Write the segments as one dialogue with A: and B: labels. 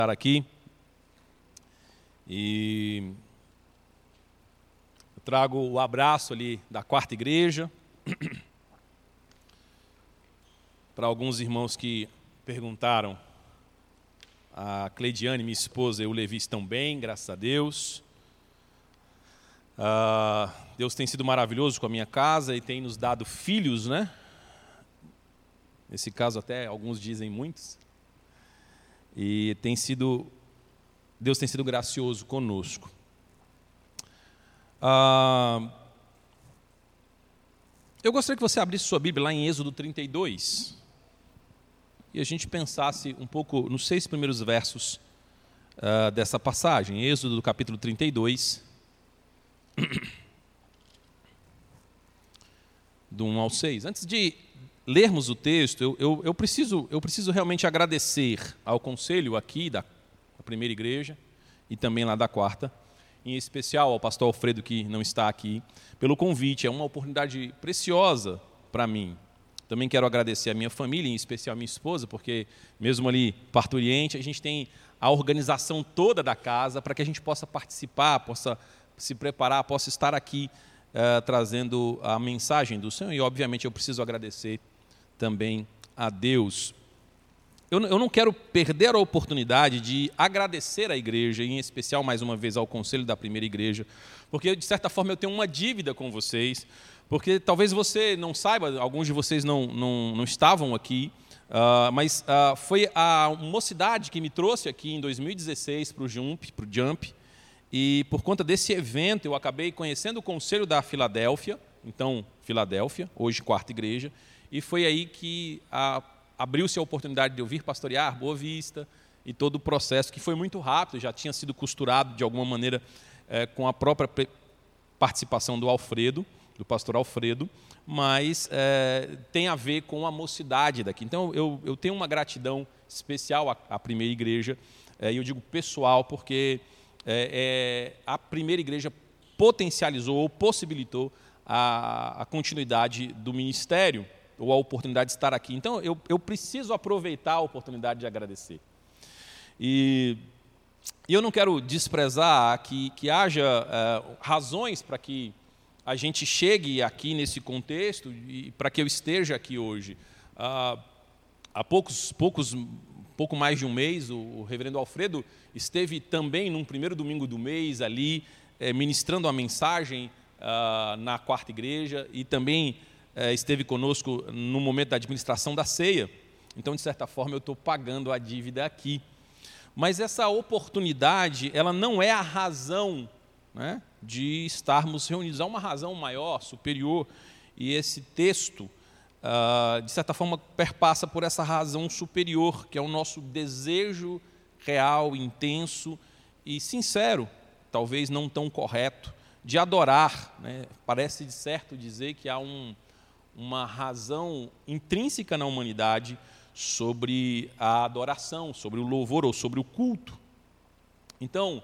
A: Aqui e eu trago o abraço ali da quarta igreja para alguns irmãos que perguntaram. A Cleidiane, minha esposa, e o Levi estão bem, graças a Deus. Deus tem sido maravilhoso com a minha casa e tem nos dado filhos, né? Nesse caso até alguns dizem muitos. E Deus tem sido gracioso conosco. Eu gostaria que você abrisse sua Bíblia lá em Êxodo 32 e a gente pensasse um pouco nos 6 primeiros versos dessa passagem. Êxodo do capítulo 32, do 1 ao 6. Antes de lermos o texto, eu preciso realmente agradecer ao conselho aqui da primeira igreja e também lá da quarta, em especial ao pastor Alfredo, que não está aqui, pelo convite. É uma oportunidade preciosa para mim. Também quero agradecer a minha família, em especial a minha esposa, porque mesmo ali parturiente, a gente tem a organização toda da casa para que a gente possa participar, possa se preparar, possa estar aqui trazendo a mensagem do Senhor. E, obviamente, eu preciso agradecer também a Deus. Eu não quero perder a oportunidade de agradecer à igreja, em especial, mais uma vez, ao conselho da primeira igreja, porque, de certa forma, eu tenho uma dívida com vocês, porque talvez você não saiba, alguns de vocês não estavam aqui, mas foi a mocidade que me trouxe aqui em 2016 para o Jump, e por conta desse evento eu acabei conhecendo o conselho da Filadélfia, então Filadélfia, hoje quarta igreja, e foi aí que abriu-se a oportunidade de eu vir pastorear Boa Vista e todo o processo, que foi muito rápido, já tinha sido costurado de alguma maneira com a própria participação do pastor Alfredo, mas tem a ver com a mocidade daqui. Então, eu tenho uma gratidão especial à primeira igreja, e eu digo pessoal, porque a primeira igreja potencializou ou possibilitou a continuidade do ministério, ou a oportunidade de estar aqui. Então, eu preciso aproveitar a oportunidade de agradecer. E eu não quero desprezar que haja razões para que a gente chegue aqui nesse contexto e para que eu esteja aqui hoje. Há pouco mais de um mês, o reverendo Alfredo esteve também num primeiro domingo do mês ali, ministrando a mensagem na quarta igreja e também esteve conosco no momento da administração da ceia. Então, de certa forma, eu estou pagando a dívida aqui. Mas essa oportunidade, ela não é a razão, né, de estarmos reunidos. Há uma razão maior, superior, e esse texto, de certa forma, perpassa por essa razão superior, que é o nosso desejo real, intenso e sincero, talvez não tão correto, de adorar, né? Parece de certo dizer que há uma razão intrínseca na humanidade sobre a adoração, sobre o louvor ou sobre o culto. Então,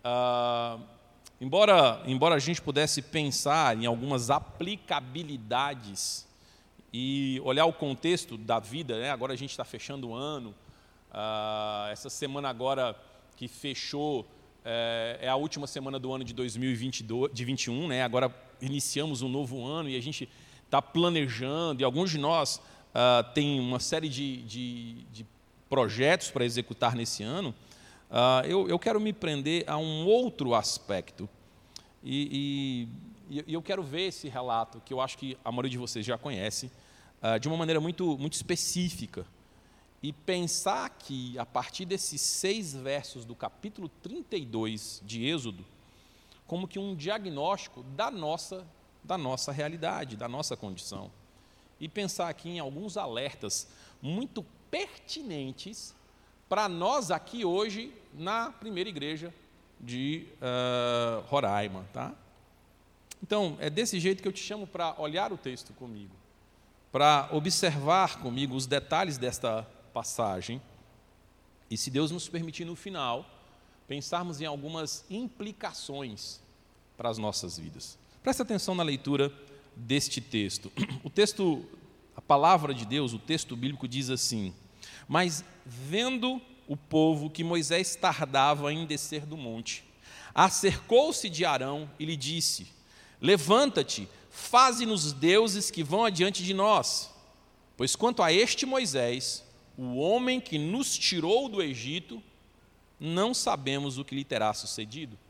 A: embora a gente pudesse pensar em algumas aplicabilidades e olhar o contexto da vida, né? Agora a gente está fechando o ano, essa semana agora que fechou é a última semana do ano de 2021, né? Agora iniciamos um novo ano e a gente está planejando, e alguns de nós têm uma série de projetos para executar nesse ano. Eu quero me prender a um outro aspecto, e eu quero ver esse relato, que eu acho que a maioria de vocês já conhece, de uma maneira muito, muito específica, e pensar que, a partir desses 6 versos do capítulo 32 de Êxodo, como que um diagnóstico da nossa realidade, da nossa condição. E pensar aqui em alguns alertas muito pertinentes para nós aqui hoje na primeira igreja de Roraima. Tá? Então, é desse jeito que eu te chamo para olhar o texto comigo, para observar comigo os detalhes desta passagem e, se Deus nos permitir, no final, pensarmos em algumas implicações para as nossas vidas. Presta atenção na leitura deste texto. O texto, a palavra de Deus, o texto bíblico diz assim: mas vendo o povo que Moisés tardava em descer do monte, acercou-se de Arão e lhe disse: levanta-te, faze-nos deuses que vão adiante de nós, pois quanto a este Moisés, o homem que nos tirou do Egito, não sabemos o que lhe terá sucedido.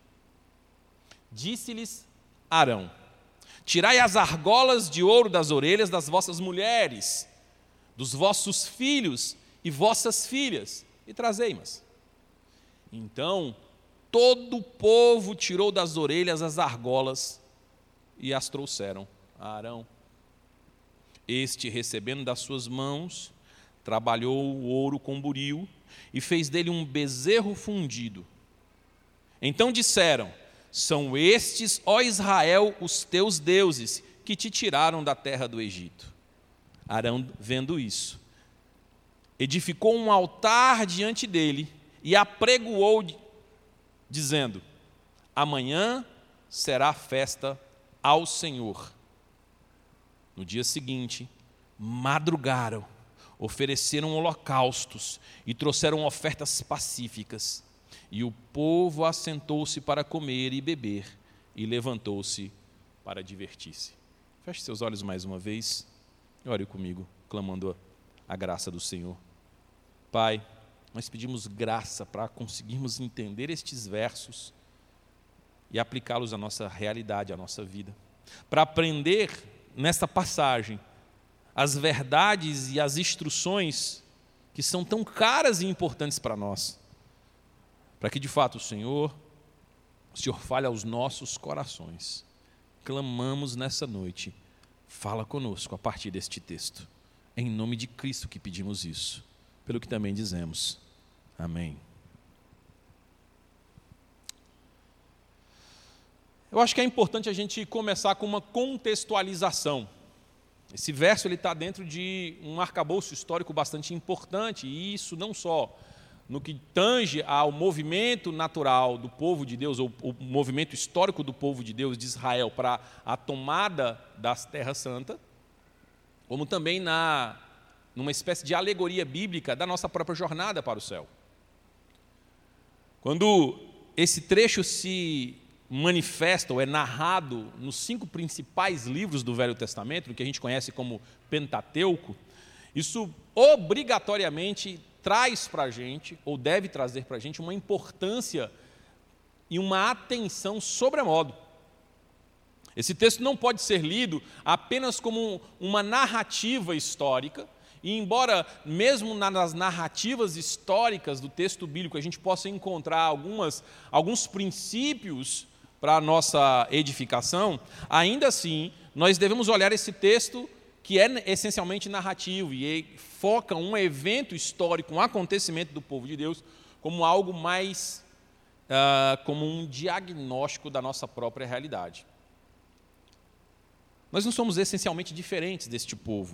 A: Disse-lhes Arão: tirai as argolas de ouro das orelhas das vossas mulheres, dos vossos filhos e vossas filhas, e trazei-mas. Então todo o povo tirou das orelhas as argolas e as trouxeram a Arão. Este, recebendo das suas mãos, trabalhou o ouro com buril e fez dele um bezerro fundido. Então disseram: são estes, ó Israel, os teus deuses, que te tiraram da terra do Egito. Arão, vendo isso, edificou um altar diante dele e apregoou, dizendo: amanhã será festa ao Senhor. No dia seguinte, madrugaram, ofereceram holocaustos e trouxeram ofertas pacíficas. E o povo assentou-se para comer e beber, e levantou-se para divertir-se. Feche seus olhos mais uma vez e ore comigo, clamando a graça do Senhor. Pai, nós pedimos graça para conseguirmos entender estes versos e aplicá-los à nossa realidade, à nossa vida. Para aprender nesta passagem as verdades e as instruções que são tão caras e importantes para nós. Para que de fato o Senhor fale aos nossos corações. Clamamos nessa noite, fala conosco a partir deste texto. É em nome de Cristo que pedimos isso, pelo que também dizemos. Amém. Eu acho que é importante a gente começar com uma contextualização. Esse verso está dentro de um arcabouço histórico bastante importante, e isso não só no que tange ao movimento natural do povo de Deus, ou o movimento histórico do povo de Deus, de Israel, para a tomada das Terras Santas, como também numa espécie de alegoria bíblica da nossa própria jornada para o céu. Quando esse trecho se manifesta ou é narrado nos 5 principais livros do Velho Testamento, que a gente conhece como Pentateuco, isso obrigatoriamente traz para a gente, ou deve trazer para a gente, uma importância e uma atenção sobremodo. Esse texto não pode ser lido apenas como uma narrativa histórica, e embora mesmo nas narrativas históricas do texto bíblico a gente possa encontrar alguns princípios para a nossa edificação, ainda assim nós devemos olhar esse texto que é essencialmente narrativo e foca um evento histórico, um acontecimento do povo de Deus, como algo mais, como um diagnóstico da nossa própria realidade. Nós não somos essencialmente diferentes deste povo.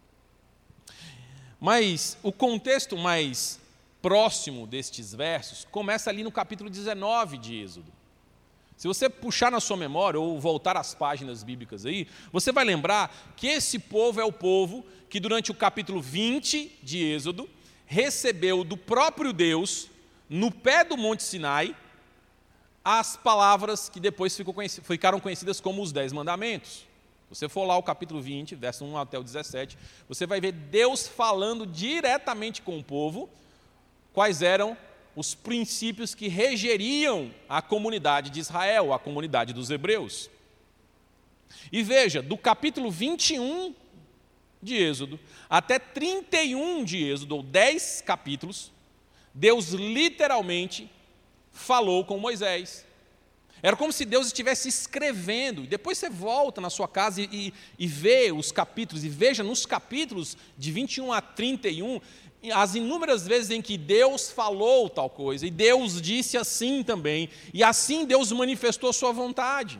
A: Mas o contexto mais próximo destes versos começa ali no capítulo 19 de Êxodo. Se você puxar na sua memória ou voltar às páginas bíblicas aí, você vai lembrar que esse povo é o povo que durante o capítulo 20 de Êxodo recebeu do próprio Deus, no pé do Monte Sinai, as palavras que depois ficaram conhecidas como os 10 mandamentos. Se você for lá ao capítulo 20, verso 1 até o 17, você vai ver Deus falando diretamente com o povo quais eram os princípios que regeriam a comunidade de Israel, a comunidade dos hebreus. E veja, do capítulo 21 de Êxodo até 31 de Êxodo, ou 10 capítulos, Deus literalmente falou com Moisés. Era como se Deus estivesse escrevendo, e depois você volta na sua casa e vê os capítulos, e veja nos capítulos de 21 a 31, as inúmeras vezes em que Deus falou tal coisa, e Deus disse assim também, e assim Deus manifestou a sua vontade.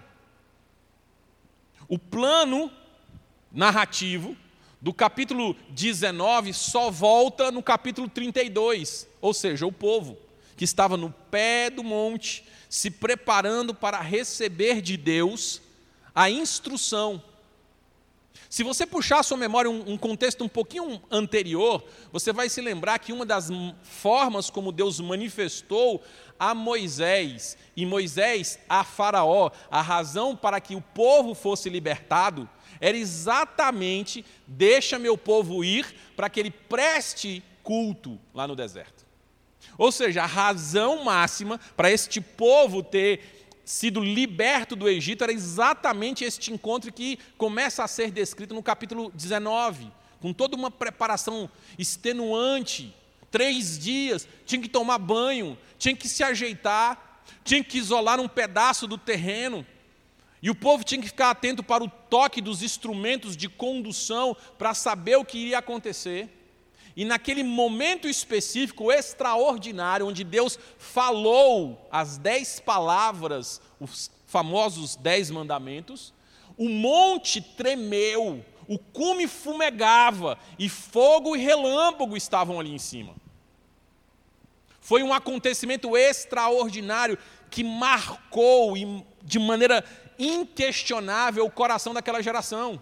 A: O plano narrativo do capítulo 19 só volta no capítulo 32, ou seja, o povo que estava no pé do monte, se preparando para receber de Deus a instrução. Se você puxar a sua memória um contexto um pouquinho anterior, você vai se lembrar que uma das formas como Deus manifestou a Moisés, e Moisés a Faraó, a razão para que o povo fosse libertado, era exatamente: deixa meu povo ir para que ele preste culto lá no deserto. Ou seja, a razão máxima para este povo ter sido liberto do Egito era exatamente este encontro que começa a ser descrito no capítulo 19, com toda uma preparação extenuante. 3 dias, tinha que tomar banho, tinha que se ajeitar, tinha que isolar um pedaço do terreno, e o povo tinha que ficar atento para o toque dos instrumentos de condução para saber o que iria acontecer. E naquele momento específico, extraordinário, onde Deus falou as 10 palavras, os famosos 10 mandamentos, o monte tremeu, o cume fumegava, e fogo e relâmpago estavam ali em cima. Foi um acontecimento extraordinário que marcou de maneira inquestionável o coração daquela geração.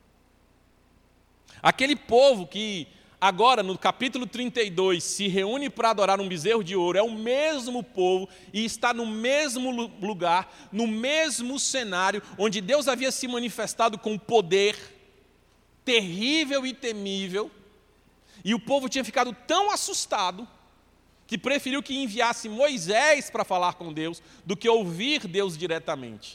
A: Aquele povo que agora, no capítulo 32, se reúne para adorar um bezerro de ouro, é o mesmo povo e está no mesmo lugar, no mesmo cenário, onde Deus havia se manifestado com poder terrível e temível, e o povo tinha ficado tão assustado que preferiu que enviasse Moisés para falar com Deus do que ouvir Deus diretamente.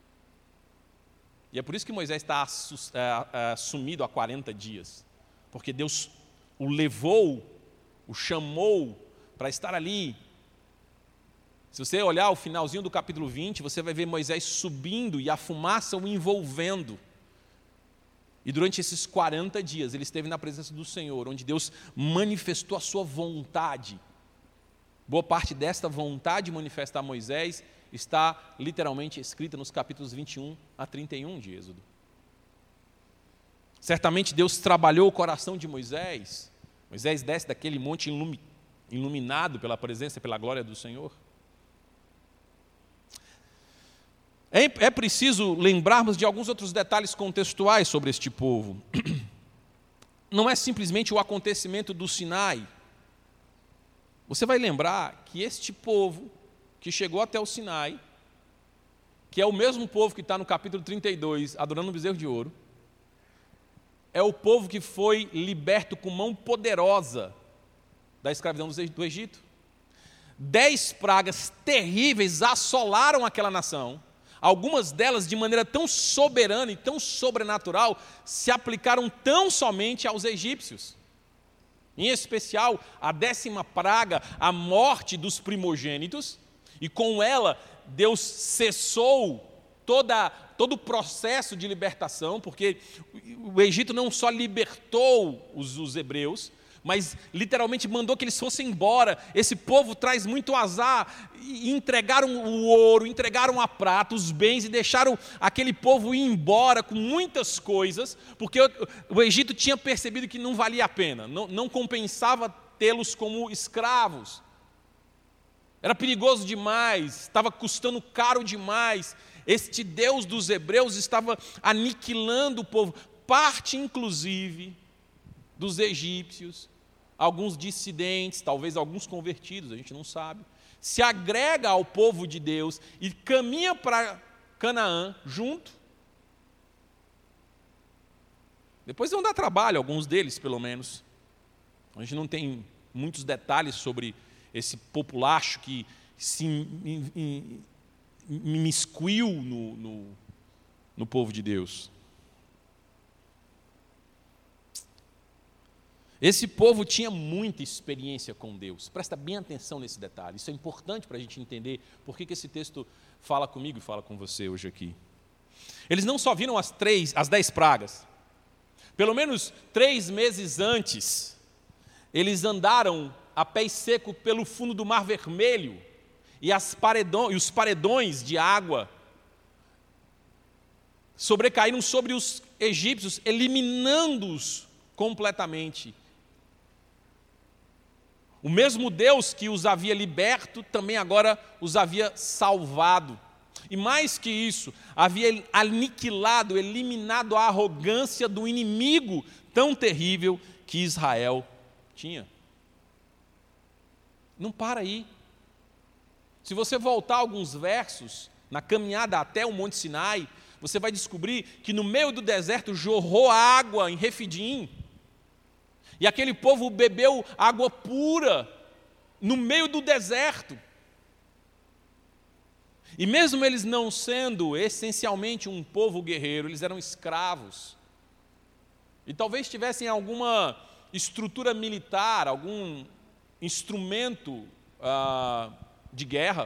A: E é por isso que Moisés está sumido há 40 dias, porque Deus o levou, o chamou para estar ali. Se você olhar o finalzinho do capítulo 20, você vai ver Moisés subindo e a fumaça o envolvendo. E durante esses 40 dias ele esteve na presença do Senhor, onde Deus manifestou a sua vontade. Boa parte desta vontade manifesta a Moisés está literalmente escrita nos capítulos 21 a 31 de Êxodo. Certamente Deus trabalhou o coração de Moisés. Moisés desce daquele monte iluminado pela presença e pela glória do Senhor. É preciso lembrarmos de alguns outros detalhes contextuais sobre este povo. Não é simplesmente o acontecimento do Sinai. Você vai lembrar que este povo que chegou até o Sinai, que é o mesmo povo que está no capítulo 32, adorando um bezerro de ouro, é o povo que foi liberto com mão poderosa da escravidão do Egito. 10 pragas terríveis assolaram aquela nação. Algumas delas, de maneira tão soberana e tão sobrenatural, se aplicaram tão somente aos egípcios. Em especial, a 10ª praga, a morte dos primogênitos, e com ela Deus cessou todo o processo de libertação, porque o Egito não só libertou os hebreus, mas literalmente mandou que eles fossem embora. Esse povo traz muito azar, e entregaram o ouro, entregaram a prata, os bens, e deixaram aquele povo ir embora com muitas coisas, porque o Egito tinha percebido que não valia a pena, não compensava tê-los como escravos. Era perigoso demais, estava custando caro demais. Este Deus dos hebreus estava aniquilando o povo, parte inclusive dos egípcios, alguns dissidentes, talvez alguns convertidos, a gente não sabe, se agrega ao povo de Deus e caminha para Canaã junto. Depois vão dar trabalho, alguns deles pelo menos. A gente não tem muitos detalhes sobre esse populacho que se imiscuiu no povo de Deus. Esse povo tinha muita experiência com Deus. Presta bem atenção nesse detalhe. Isso é importante para a gente entender por que esse texto fala comigo e fala com você hoje aqui. Eles não só viram as 10 pragas. Pelo menos 3 meses antes, eles andaram a pé seco pelo fundo do Mar Vermelho, e os paredões de água sobrecaíram sobre os egípcios, eliminando-os completamente. O mesmo Deus que os havia liberto, também agora os havia salvado. E mais que isso, havia aniquilado, eliminado a arrogância do inimigo tão terrível que Israel tinha. Não para aí. Se você voltar alguns versos, na caminhada até o Monte Sinai, você vai descobrir que no meio do deserto jorrou água em Refidim. E aquele povo bebeu água pura no meio do deserto. E mesmo eles não sendo essencialmente um povo guerreiro, eles eram escravos. E talvez tivessem alguma estrutura militar, algum instrumento de guerra.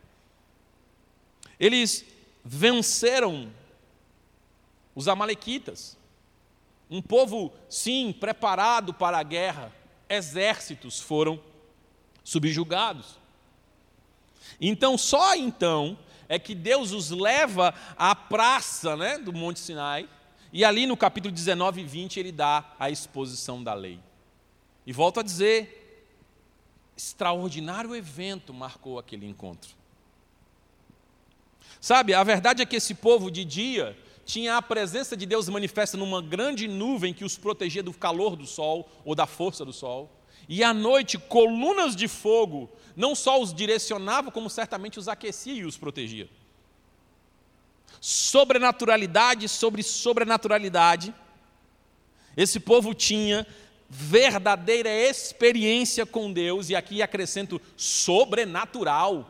A: Eles venceram os amalequitas. Um povo, sim, preparado para a guerra. Exércitos foram subjugados. Então, só então, é que Deus os leva à praça, né, do Monte Sinai, e ali no capítulo 19 e 20 ele dá a exposição da lei. E volto a dizer, extraordinário evento marcou aquele encontro. Sabe, a verdade é que esse povo de dia tinha a presença de Deus manifesta numa grande nuvem que os protegia do calor do sol ou da força do sol. E à noite, colunas de fogo não só os direcionavam, como certamente os aquecia e os protegia. Sobrenaturalidade sobre sobrenaturalidade. Esse povo tinha verdadeira experiência com Deus, e aqui acrescento sobrenatural.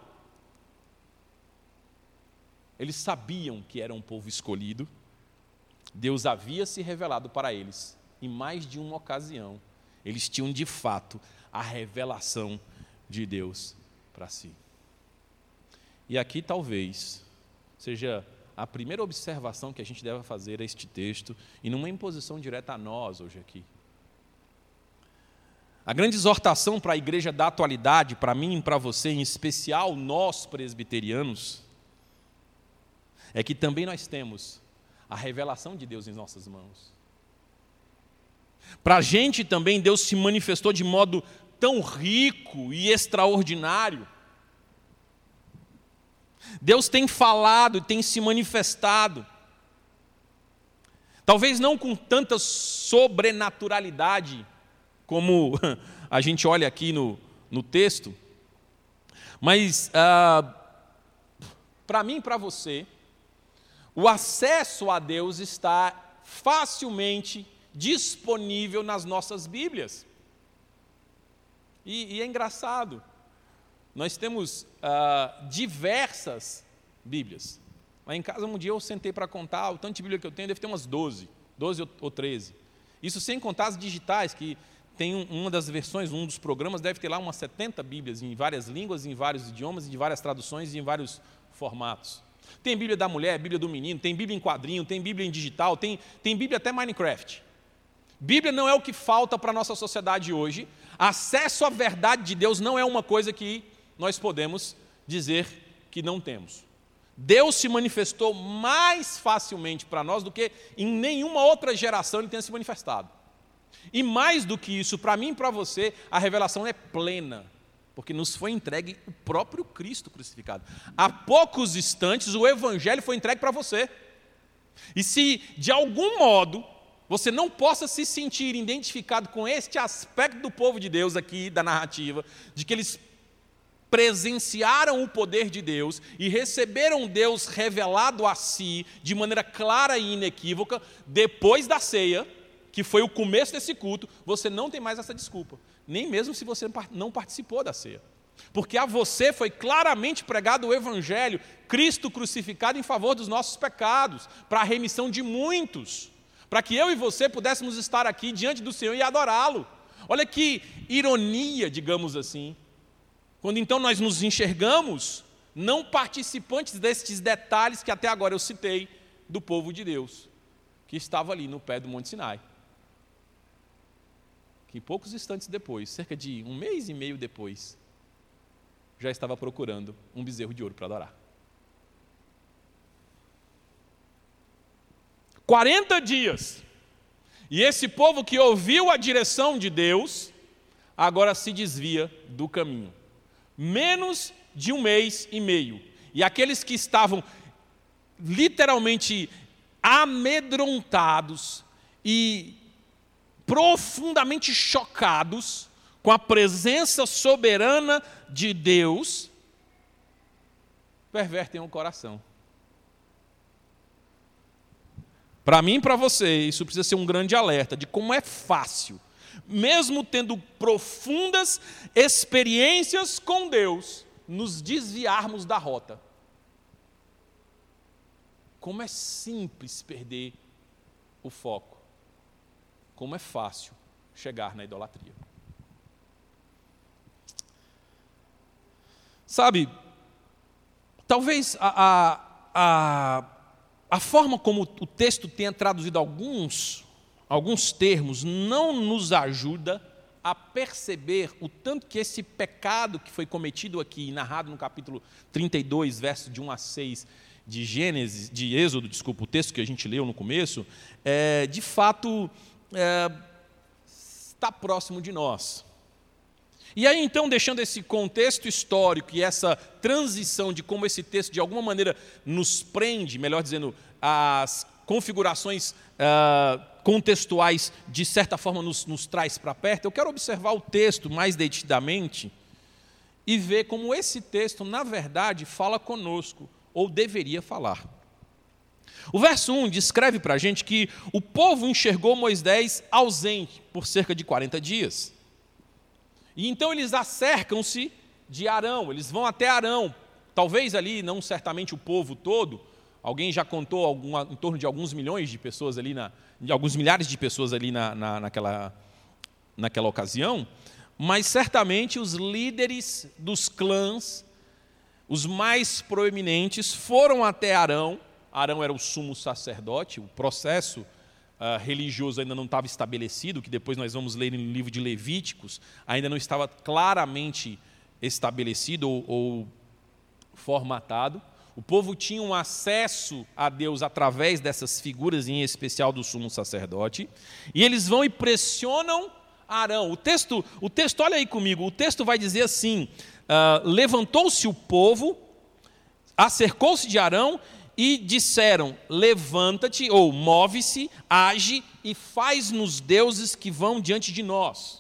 A: Eles sabiam que era um povo escolhido, Deus havia se revelado para eles, em mais de uma ocasião, eles tinham de fato a revelação de Deus para si. E aqui talvez seja a primeira observação que a gente deve fazer a este texto, e numa imposição direta a nós hoje aqui. A grande exortação para a igreja da atualidade, para mim e para você, em especial nós presbiterianos, é que também nós temos a revelação de Deus em nossas mãos. Para a gente também, Deus se manifestou de modo tão rico e extraordinário. Deus tem falado e tem se manifestado. Talvez não com tanta sobrenaturalidade como a gente olha aqui no texto, mas para mim e para você, o acesso a Deus está facilmente disponível nas nossas Bíblias. E é engraçado, nós temos diversas Bíblias. Lá em casa, um dia eu sentei para contar o tanto de Bíblia que eu tenho, deve ter umas 12 ou 13. Isso sem contar as digitais, que tem uma das versões, um dos programas, deve ter lá umas 70 Bíblias, em várias línguas, em vários idiomas, de várias traduções e em vários formatos. Tem Bíblia da mulher, Bíblia do menino, tem Bíblia em quadrinho, tem Bíblia em digital, tem Bíblia até Minecraft. Bíblia não é o que falta para a nossa sociedade hoje. Acesso à verdade de Deus não é uma coisa que nós podemos dizer que não temos. Deus se manifestou mais facilmente para nós do que em nenhuma outra geração ele tenha se manifestado. E mais do que isso, para mim e para você, a revelação é plena, porque nos foi entregue o próprio Cristo crucificado. Há poucos instantes o Evangelho foi entregue para você. E se de algum modo você não possa se sentir identificado com este aspecto do povo de Deus aqui, da narrativa, de que eles presenciaram o poder de Deus e receberam Deus revelado a si de maneira clara e inequívoca, depois da ceia, que foi o começo desse culto, você não tem mais essa desculpa, nem mesmo se você não participou da ceia. Porque a você foi claramente pregado o Evangelho, Cristo crucificado em favor dos nossos pecados, para a remissão de muitos, para que eu e você pudéssemos estar aqui diante do Senhor e adorá-lo. Olha que ironia, digamos assim, quando então nós nos enxergamos não participantes destes detalhes que até agora eu citei do povo de Deus, que estava ali no pé do Monte Sinai. Que poucos instantes depois, cerca de 1 mês e meio depois, já estava procurando um bezerro de ouro para adorar. 40 dias. E esse povo que ouviu a direção de Deus, agora se desvia do caminho. Menos de 1 mês e meio. e aqueles que estavam literalmente amedrontados e profundamente chocados com a presença soberana de Deus, pervertem o coração. Para mim e para você, isso precisa ser um grande alerta de como é fácil, mesmo tendo profundas experiências com Deus, nos desviarmos da rota. Como é simples perder o foco. Como é fácil chegar na idolatria. Sabe, talvez a forma como o texto tenha traduzido alguns termos não nos ajuda a perceber o tanto que esse pecado que foi cometido aqui, narrado no capítulo 32, versos de 1 a 6 de Êxodo, o texto que a gente leu no começo, de fato está próximo de nós. E aí, então, deixando esse contexto histórico e essa transição de como esse texto, de alguma maneira, nos prende, melhor dizendo, as configurações contextuais, de certa forma, nos traz para perto, eu quero observar o texto mais detidamente e ver como esse texto, na verdade, fala conosco, ou deveria falar. O verso 1 descreve para a gente que o povo enxergou Moisés ausente por cerca de 40 dias. E então eles acercam-se de Arão, eles vão até Arão, talvez ali, não certamente o povo todo, alguém já contou em torno de alguns milhões de pessoas ali, de alguns milhares de pessoas ali naquela ocasião, mas certamente os líderes dos clãs, os mais proeminentes, foram até Arão. Arão era o sumo sacerdote, o processo religioso ainda não estava estabelecido, que depois nós vamos ler no livro de Levíticos, ainda não estava claramente estabelecido ou formatado. O povo tinha um acesso a Deus através dessas figuras, em especial do sumo sacerdote, e eles vão e pressionam Arão. O texto, olha aí comigo, o texto vai dizer assim: levantou-se o povo, acercou-se de Arão, e disseram: levanta-te, ou move-se, age e faz-nos deuses que vão diante de nós.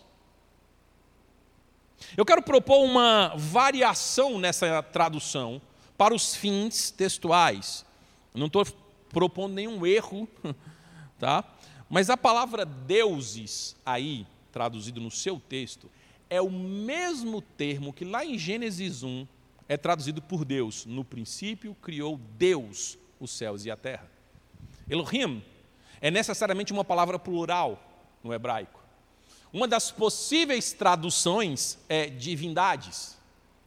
A: Eu quero propor uma variação nessa tradução para os fins textuais. Eu não estou propondo nenhum erro, tá? Mas a palavra deuses aí, traduzido no seu texto, é o mesmo termo que lá em Gênesis 1, é traduzido por Deus. No princípio criou Deus os céus e a terra. Elohim é necessariamente uma palavra plural no hebraico. Uma das possíveis traduções é divindades.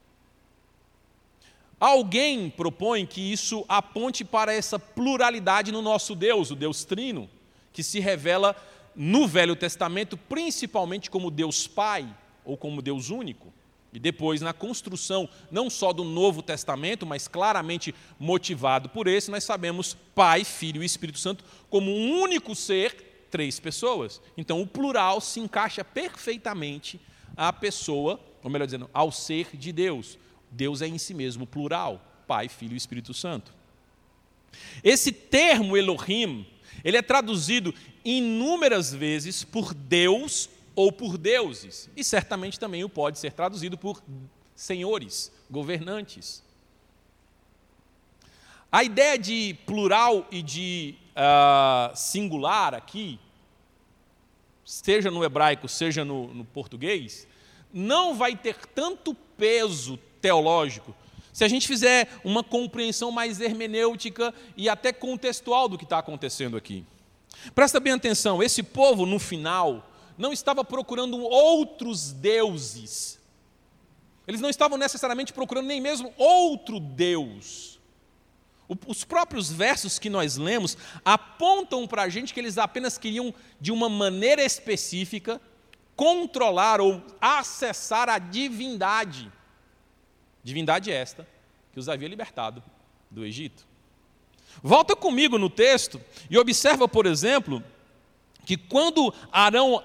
A: Alguém propõe que isso aponte para essa pluralidade no nosso Deus, o Deus Trino, que se revela no Velho Testamento principalmente como Deus Pai ou como Deus único. E depois, na construção, não só do Novo Testamento, mas claramente motivado por esse, nós sabemos Pai, Filho e Espírito Santo como um único ser, 3 pessoas. Então, o plural se encaixa perfeitamente à pessoa, ou melhor dizendo, ao ser de Deus. Deus é em si mesmo plural, Pai, Filho e Espírito Santo. Esse termo Elohim, ele é traduzido inúmeras vezes por Deus ou por deuses, e certamente também o pode ser traduzido por senhores, governantes. A ideia de plural e de singular aqui, seja no hebraico, seja no português, não vai ter tanto peso teológico se a gente fizer uma compreensão mais hermenêutica e até contextual do que está acontecendo aqui. Presta bem atenção, esse povo, no final, não estava procurando outros deuses. Eles não estavam necessariamente procurando nem mesmo outro Deus. Os próprios versos que nós lemos apontam para a gente que eles apenas queriam, de uma maneira específica, controlar ou acessar a divindade. Divindade esta que os havia libertado do Egito. Volta comigo no texto e observa, por exemplo, que quando Arão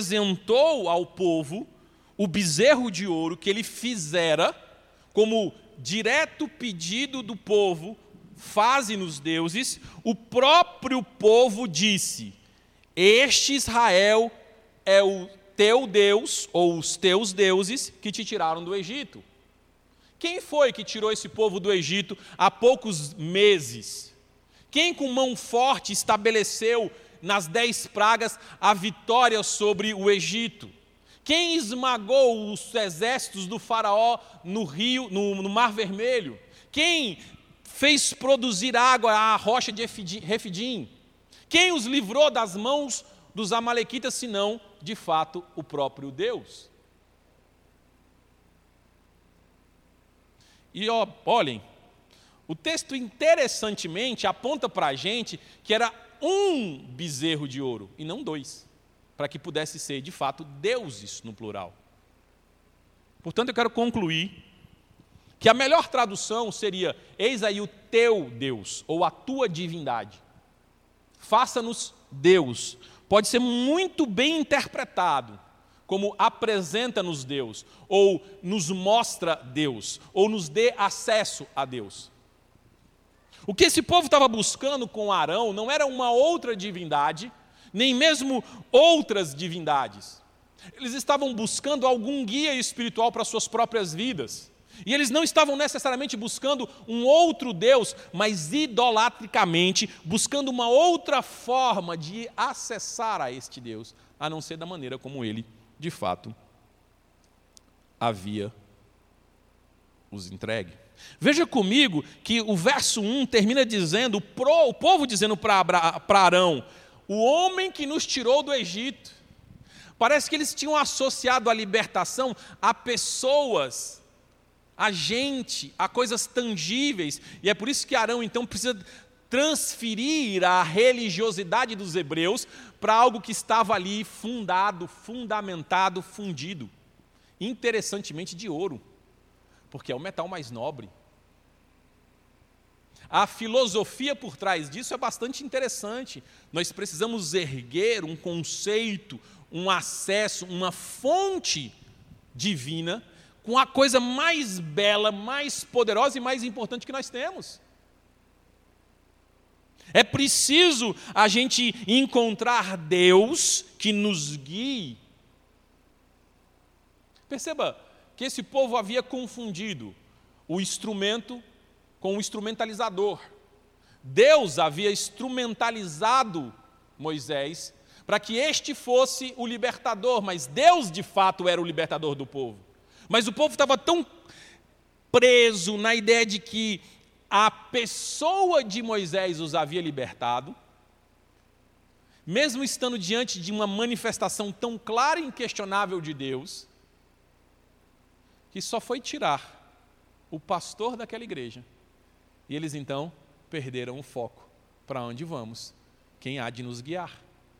A: apresentou ao povo o bezerro de ouro que ele fizera como direto pedido do povo, faze-nos deuses, o próprio povo disse: este Israel é o teu Deus, ou os teus deuses, que te tiraram do Egito. Quem foi que tirou esse povo do Egito há poucos meses? Quem com mão forte estabeleceu nas 10 pragas a vitória sobre o Egito? Quem esmagou os exércitos do faraó no rio, no Mar Vermelho? Quem fez produzir água à rocha de Refidim? Quem os livrou das mãos dos amalequitas, senão, de fato, o próprio Deus? E olhem, o texto interessantemente aponta para a gente que era um bezerro de ouro e não 2, para que pudesse ser, de fato, deuses no plural. Portanto, eu quero concluir que a melhor tradução seria: eis aí o teu Deus, ou a tua divindade. Faça-nos Deus. Pode ser muito bem interpretado como apresenta-nos Deus, ou nos mostra Deus, ou nos dê acesso a Deus. O que esse povo estava buscando com Arão não era uma outra divindade, nem mesmo outras divindades. Eles estavam buscando algum guia espiritual para suas próprias vidas. E eles não estavam necessariamente buscando um outro Deus, mas idolatricamente buscando uma outra forma de acessar a este Deus, a não ser da maneira como ele, de fato, havia os entregue. Veja comigo que o verso 1 termina dizendo, o povo dizendo para Arão: o homem que nos tirou do Egito. Parece que eles tinham associado a libertação a pessoas, a gente, a coisas tangíveis, e é por isso que Arão então precisa transferir a religiosidade dos hebreus para algo que estava ali fundado, fundamentado, fundido, interessantemente de ouro, porque é o metal mais nobre. A filosofia por trás disso é bastante interessante. Nós precisamos erguer um conceito, um acesso, uma fonte divina com a coisa mais bela, mais poderosa e mais importante que nós temos. É preciso a gente encontrar Deus que nos guie. Perceba que esse povo havia confundido o instrumento com o instrumentalizador. Deus havia instrumentalizado Moisés para que este fosse o libertador, mas Deus de fato era o libertador do povo. Mas o povo estava tão preso na ideia de que a pessoa de Moisés os havia libertado, mesmo estando diante de uma manifestação tão clara e inquestionável de Deus, que só foi tirar o pastor daquela igreja. E eles então perderam o foco. Para onde vamos? Quem há de nos guiar?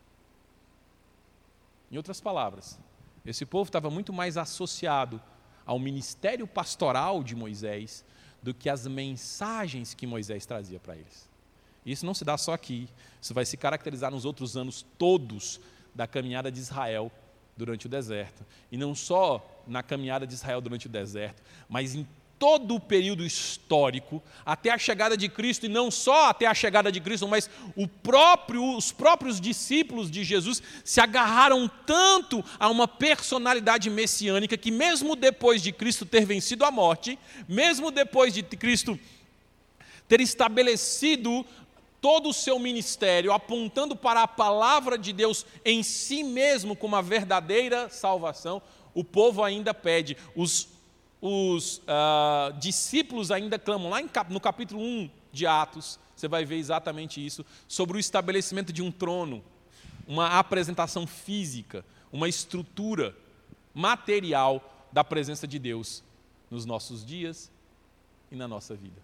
A: Em outras palavras, esse povo estava muito mais associado ao ministério pastoral de Moisés do que às mensagens que Moisés trazia para eles. Isso não se dá só aqui, isso vai se caracterizar nos outros anos todos da caminhada de Israel durante o deserto. E não só na caminhada de Israel durante o deserto, mas em todo o período histórico, até a chegada de Cristo, e não só até a chegada de Cristo, mas os próprios discípulos de Jesus se agarraram tanto a uma personalidade messiânica que mesmo depois de Cristo ter vencido a morte, mesmo depois de Cristo ter estabelecido todo o seu ministério, apontando para a palavra de Deus em si mesmo como a verdadeira salvação, o povo ainda pede, os discípulos ainda clamam. Lá no capítulo 1 de Atos, você vai ver exatamente isso, sobre o estabelecimento de um trono, uma apresentação física, uma estrutura material da presença de Deus nos nossos dias e na nossa vida.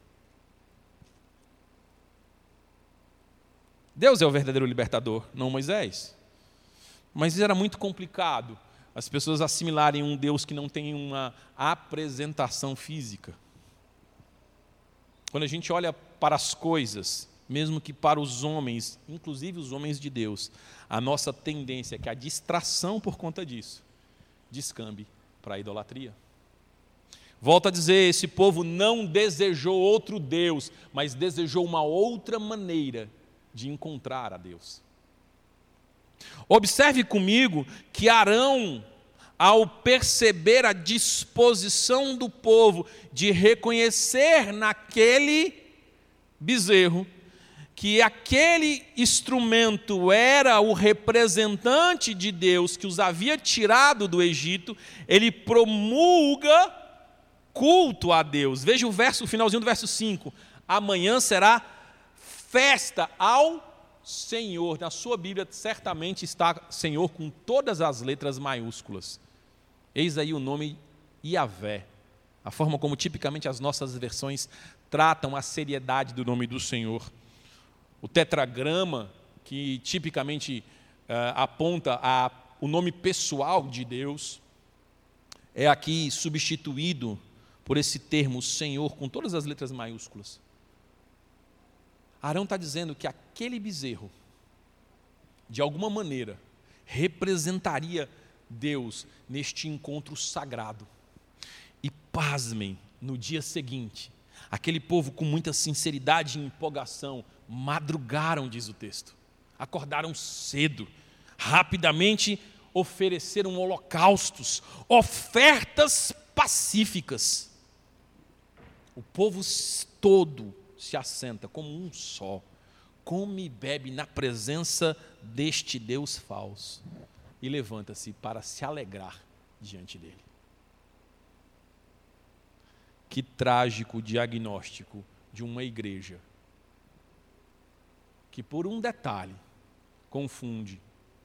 A: Deus é o verdadeiro libertador, não Moisés. Mas isso era muito complicado, as pessoas assimilarem um Deus que não tem uma apresentação física. Quando a gente olha para as coisas, mesmo que para os homens, inclusive os homens de Deus, a nossa tendência é que a distração por conta disso descambe para a idolatria. Volto a dizer, esse povo não desejou outro Deus, mas desejou uma outra maneira de encontrar a Deus. Observe comigo que Arão, ao perceber a disposição do povo de reconhecer naquele bezerro que aquele instrumento era o representante de Deus que os havia tirado do Egito, ele promulga culto a Deus. Veja o finalzinho do verso 5. Amanhã será festa ao Senhor. Na sua Bíblia certamente está Senhor com todas as letras maiúsculas. Eis aí o nome Iavé, a forma como tipicamente as nossas versões tratam a seriedade do nome do Senhor. O tetragrama, que tipicamente aponta o nome pessoal de Deus, é aqui substituído por esse termo Senhor com todas as letras maiúsculas. Arão está dizendo que aquele bezerro, de alguma maneira, representaria Deus neste encontro sagrado. E pasmem, no dia seguinte, aquele povo com muita sinceridade e empolgação, madrugaram, diz o texto, acordaram cedo, rapidamente ofereceram holocaustos, ofertas pacíficas. O povo todo se assenta como um só, come e bebe na presença deste Deus falso e levanta-se para se alegrar diante dele. Que trágico diagnóstico de uma igreja que por um detalhe confunde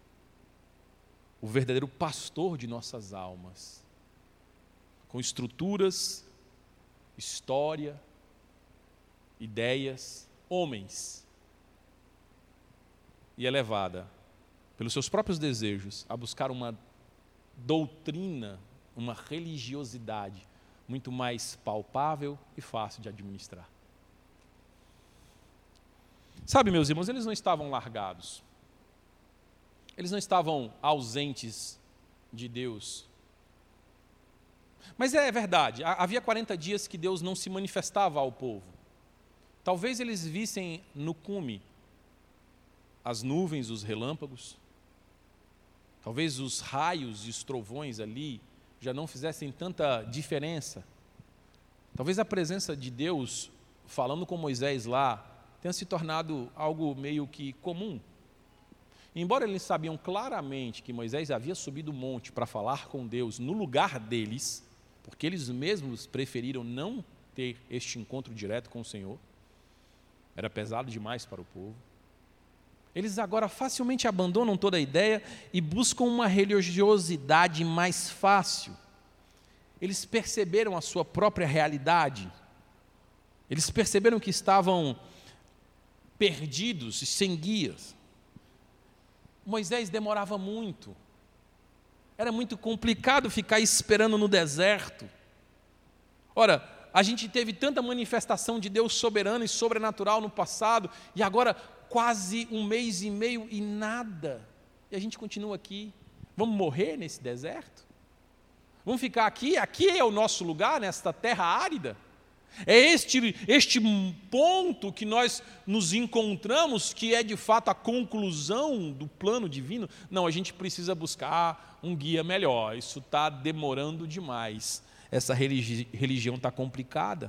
A: o verdadeiro pastor de nossas almas com estruturas, história, ideias, homens, e é levada pelos seus próprios desejos a buscar uma doutrina, uma religiosidade muito mais palpável e fácil de administrar. Sabe, meus irmãos, eles não estavam largados. Eles não estavam ausentes de Deus. Mas é verdade, havia 40 dias que Deus não se manifestava ao povo. Talvez eles vissem no cume as nuvens, os relâmpagos. Talvez os raios e os trovões ali já não fizessem tanta diferença. Talvez a presença de Deus, falando com Moisés lá, tenha se tornado algo meio que comum. Embora eles sabiam claramente que Moisés havia subido o monte para falar com Deus no lugar deles, porque eles mesmos preferiram não ter este encontro direto com o Senhor, era pesado demais para o povo. Eles agora facilmente abandonam toda a ideia e buscam uma religiosidade mais fácil. Eles perceberam a sua própria realidade. Eles perceberam que estavam perdidos e sem guias. Moisés demorava muito. Era muito complicado ficar esperando no deserto. Ora, a gente teve tanta manifestação de Deus soberano e sobrenatural no passado, e agora quase 1 mês e meio e nada. E a gente continua aqui. Vamos morrer nesse deserto? Vamos ficar aqui? Aqui é o nosso lugar, nesta terra árida? É este ponto que nós nos encontramos que é de fato a conclusão do plano divino? Não, a gente precisa buscar um guia melhor. Isso está demorando demais. Essa religião está complicada.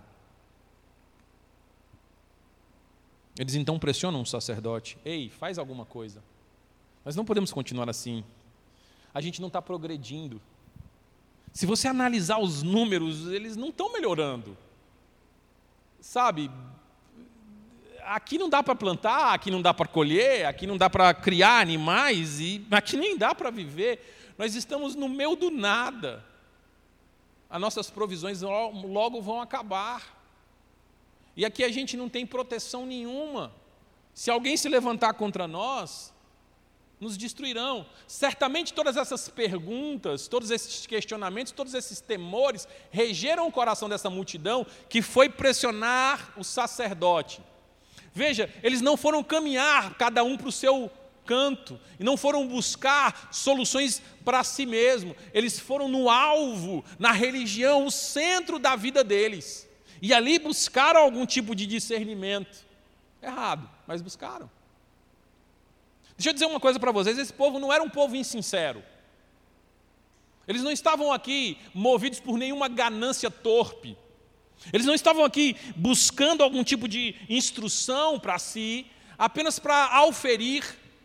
A: Eles então pressionam o sacerdote. Ei, faz alguma coisa. Nós não podemos continuar assim. A gente não está progredindo. Se você analisar os números, eles não estão melhorando. Sabe, aqui não dá para plantar, aqui não dá para colher, aqui não dá para criar animais, e aqui nem dá para viver. Nós estamos no meio do nada. As nossas provisões logo vão acabar. E aqui a gente não tem proteção nenhuma. Se alguém se levantar contra nós, nos destruirão. Certamente todas essas perguntas, todos esses questionamentos, todos esses temores regeram o coração dessa multidão que foi pressionar o sacerdote. Veja, eles não foram caminhar cada um para o seu canto e não foram buscar soluções para si mesmo. Eles foram no alvo, na religião, o centro da vida deles. E ali buscaram algum tipo de discernimento. Errado, mas buscaram. Deixa eu dizer uma coisa para vocês, esse povo não era um povo insincero. Eles não estavam aqui movidos por nenhuma ganância torpe. Eles não estavam aqui buscando algum tipo de instrução para si, apenas para auferir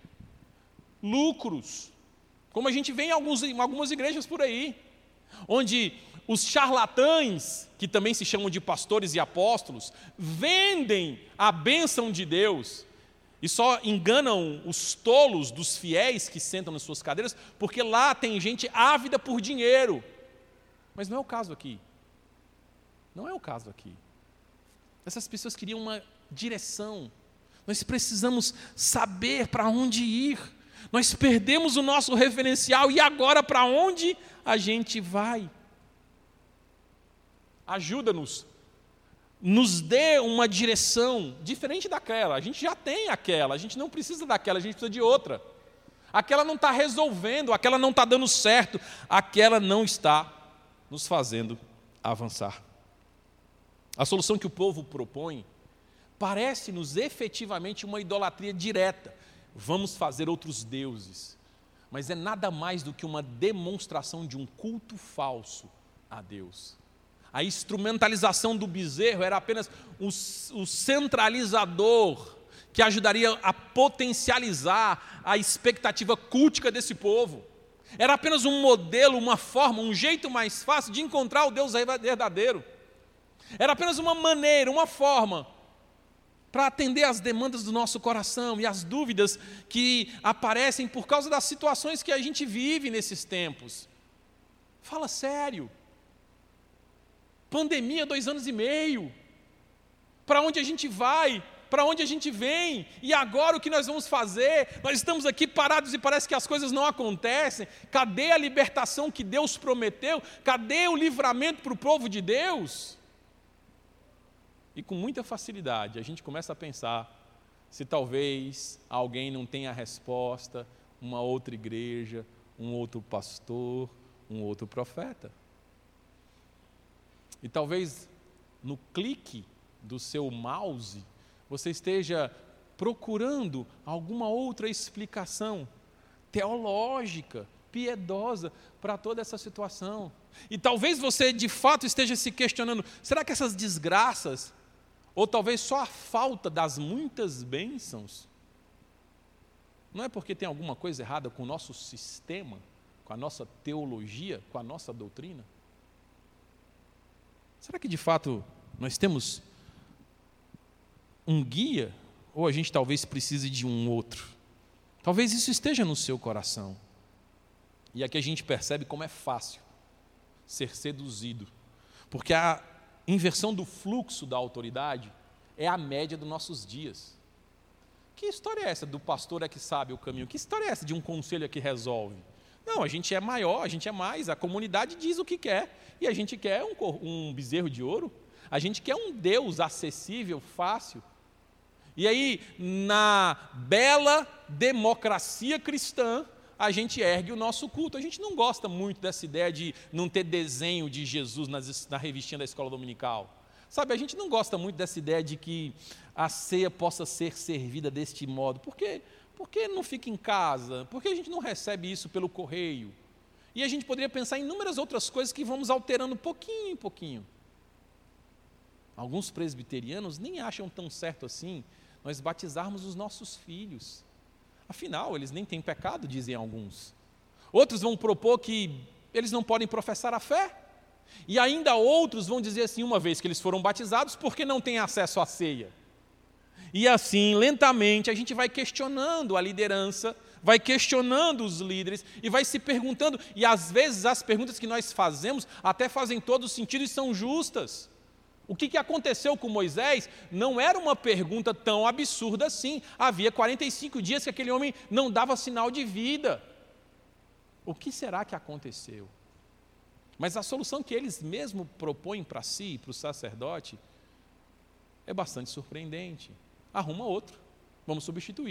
A: lucros. Como a gente vê em algumas igrejas por aí, onde os charlatães, que também se chamam de pastores e apóstolos, vendem a bênção de Deus e só enganam os tolos dos fiéis que sentam nas suas cadeiras, porque lá tem gente ávida por dinheiro. Mas não é o caso aqui. Não é o caso aqui. Essas pessoas queriam uma direção. Nós precisamos saber para onde ir. Nós perdemos o nosso referencial e agora para onde a gente vai? Ajuda-nos. Nos dê uma direção diferente daquela. A gente já tem aquela, a gente não precisa daquela, a gente precisa de outra. Aquela não está resolvendo, aquela não está dando certo, aquela não está nos fazendo avançar. A solução que o povo propõe parece-nos efetivamente uma idolatria direta. Vamos fazer outros deuses. Mas é nada mais do que uma demonstração de um culto falso a Deus. A instrumentalização do bezerro era apenas o centralizador que ajudaria a potencializar a expectativa cultica desse povo. Era apenas um modelo, uma forma, um jeito mais fácil de encontrar o Deus verdadeiro. Era apenas uma maneira, uma forma para atender às demandas do nosso coração e às dúvidas que aparecem por causa das situações que a gente vive nesses tempos. Fala sério. Pandemia 2 anos e meio. Para onde a gente vai? Para onde a gente vem? E agora o que nós vamos fazer? Nós estamos aqui parados e parece que as coisas não acontecem. Cadê a libertação que Deus prometeu? Cadê o livramento para o povo de Deus? E com muita facilidade a gente começa a pensar se talvez alguém não tenha a resposta, uma outra igreja, um outro pastor, um outro profeta. E talvez no clique do seu mouse você esteja procurando alguma outra explicação teológica, piedosa para toda essa situação. E talvez você de fato esteja se questionando, será que essas desgraças, ou talvez só a falta das muitas bênçãos, não é porque tem alguma coisa errada com o nosso sistema, com a nossa teologia, com a nossa doutrina? Será que de fato nós temos um guia, ou a gente talvez precise de um outro? Talvez isso esteja no seu coração. E aqui a gente percebe como é fácil ser seduzido, porque a inversão do fluxo da autoridade é a média dos nossos dias. Que história é essa do pastor é que sabe o caminho? Que história é essa de um conselho é que resolve? Não, a gente é maior, a gente é mais, a comunidade diz o que quer, e a gente quer um bezerro de ouro, a gente quer um Deus acessível, fácil. E aí, na bela democracia cristã, a gente ergue o nosso culto. A gente não gosta muito dessa ideia de não ter desenho de Jesus na revistinha da escola dominical. Sabe, a gente não gosta muito dessa ideia de que a ceia possa ser servida deste modo. Por que não fica em casa? Por que a gente não recebe isso pelo correio? E a gente poderia pensar em inúmeras outras coisas que vamos alterando pouquinho em pouquinho. Alguns presbiterianos nem acham tão certo assim nós batizarmos os nossos filhos. Afinal, eles nem têm pecado, dizem alguns. Outros vão propor que eles não podem professar a fé. E ainda outros vão dizer assim, uma vez que eles foram batizados, por que não têm acesso à ceia? E assim, lentamente, a gente vai questionando a liderança, vai questionando os líderes e vai se perguntando, e às vezes as perguntas que nós fazemos até fazem todo sentido e são justas. O que aconteceu com Moisés não era uma pergunta tão absurda assim. Havia 45 dias que aquele homem não dava sinal de vida. O que será que aconteceu? Mas a solução que eles mesmos propõem para si, para o sacerdote, é bastante surpreendente. Arruma outro, vamos substituir.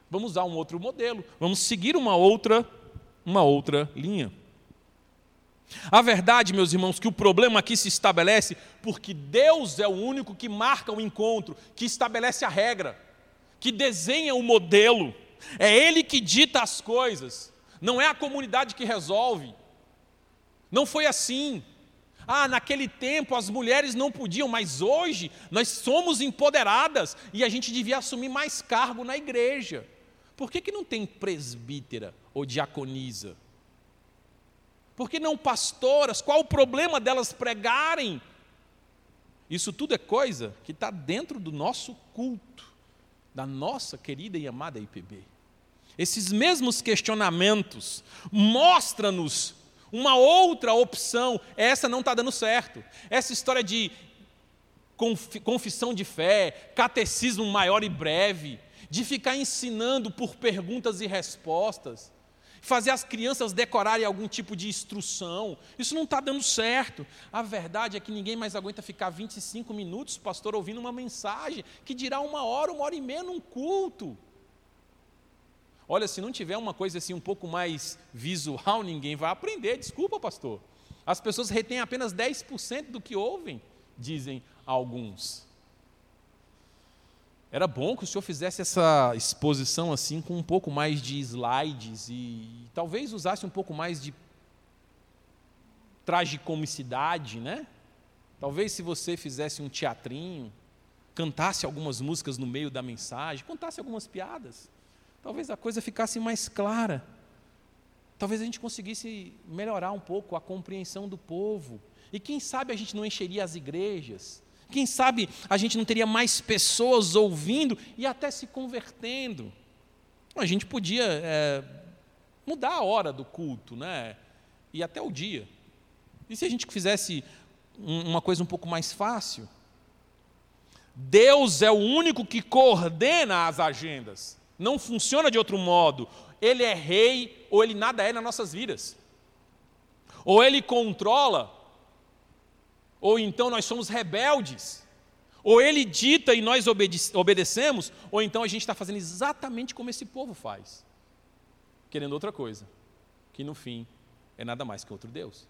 A: Vamos usar um outro modelo, vamos seguir uma outra linha. A verdade, meus irmãos, que o problema aqui se estabelece porque Deus é o único que marca o encontro, que estabelece a regra, que desenha o modelo. É Ele que dita as coisas, não é a comunidade que resolve. Não foi assim. Naquele tempo as mulheres não podiam, mas hoje nós somos empoderadas e a gente devia assumir mais cargo na igreja. Por que não tem presbítera ou diaconisa? Por que não pastoras? Qual o problema delas pregarem? Isso tudo é coisa que está dentro do nosso culto, da nossa querida e amada IPB. Esses mesmos questionamentos mostram-nos uma outra opção. Essa não está dando certo. Essa história de confissão de fé, catecismo maior e breve, de ficar ensinando por perguntas e respostas, fazer as crianças decorarem algum tipo de instrução, isso não está dando certo. A verdade é que ninguém mais aguenta ficar 25 minutos, pastor, ouvindo uma mensagem, que dirá 1 hora, 1h30 num culto. Olha, se não tiver uma coisa assim um pouco mais visual, ninguém vai aprender, desculpa, pastor. As pessoas retêm apenas 10% do que ouvem, dizem alguns. Era bom que o senhor fizesse essa exposição assim com um pouco mais de slides e talvez usasse um pouco mais de tragicomicidade, né? Talvez se você fizesse um teatrinho, cantasse algumas músicas no meio da mensagem, contasse algumas piadas, talvez a coisa ficasse mais clara. Talvez a gente conseguisse melhorar um pouco a compreensão do povo. E quem sabe a gente não encheria as igrejas. Quem sabe a gente não teria mais pessoas ouvindo e até se convertendo. A gente podia mudar a hora do culto, né? E até o dia. E se a gente fizesse uma coisa um pouco mais fácil? Deus é o único que coordena as agendas. Não funciona de outro modo. Ele é rei ou ele nada é nas nossas vidas. Ou ele controla, ou então nós somos rebeldes. Ou ele dita e nós obedecemos, ou então a gente está fazendo exatamente como esse povo faz. Querendo outra coisa, que no fim é nada mais que outro Deus.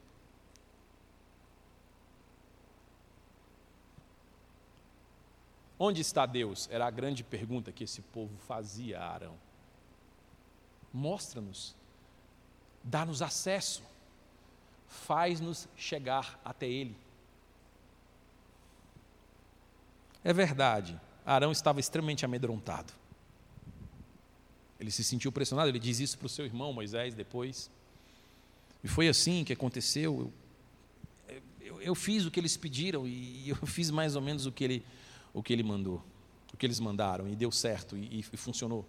A: Onde está Deus? Era a grande pergunta que esse povo fazia a Arão. Mostra-nos, dá-nos acesso, faz-nos chegar até Ele. É verdade, Arão estava extremamente amedrontado. Ele se sentiu pressionado, ele diz isso para o seu irmão Moisés depois. E foi assim que aconteceu. Eu fiz o que eles pediram e eu fiz mais ou menos o que ele mandou, o que eles mandaram, e deu certo e funcionou.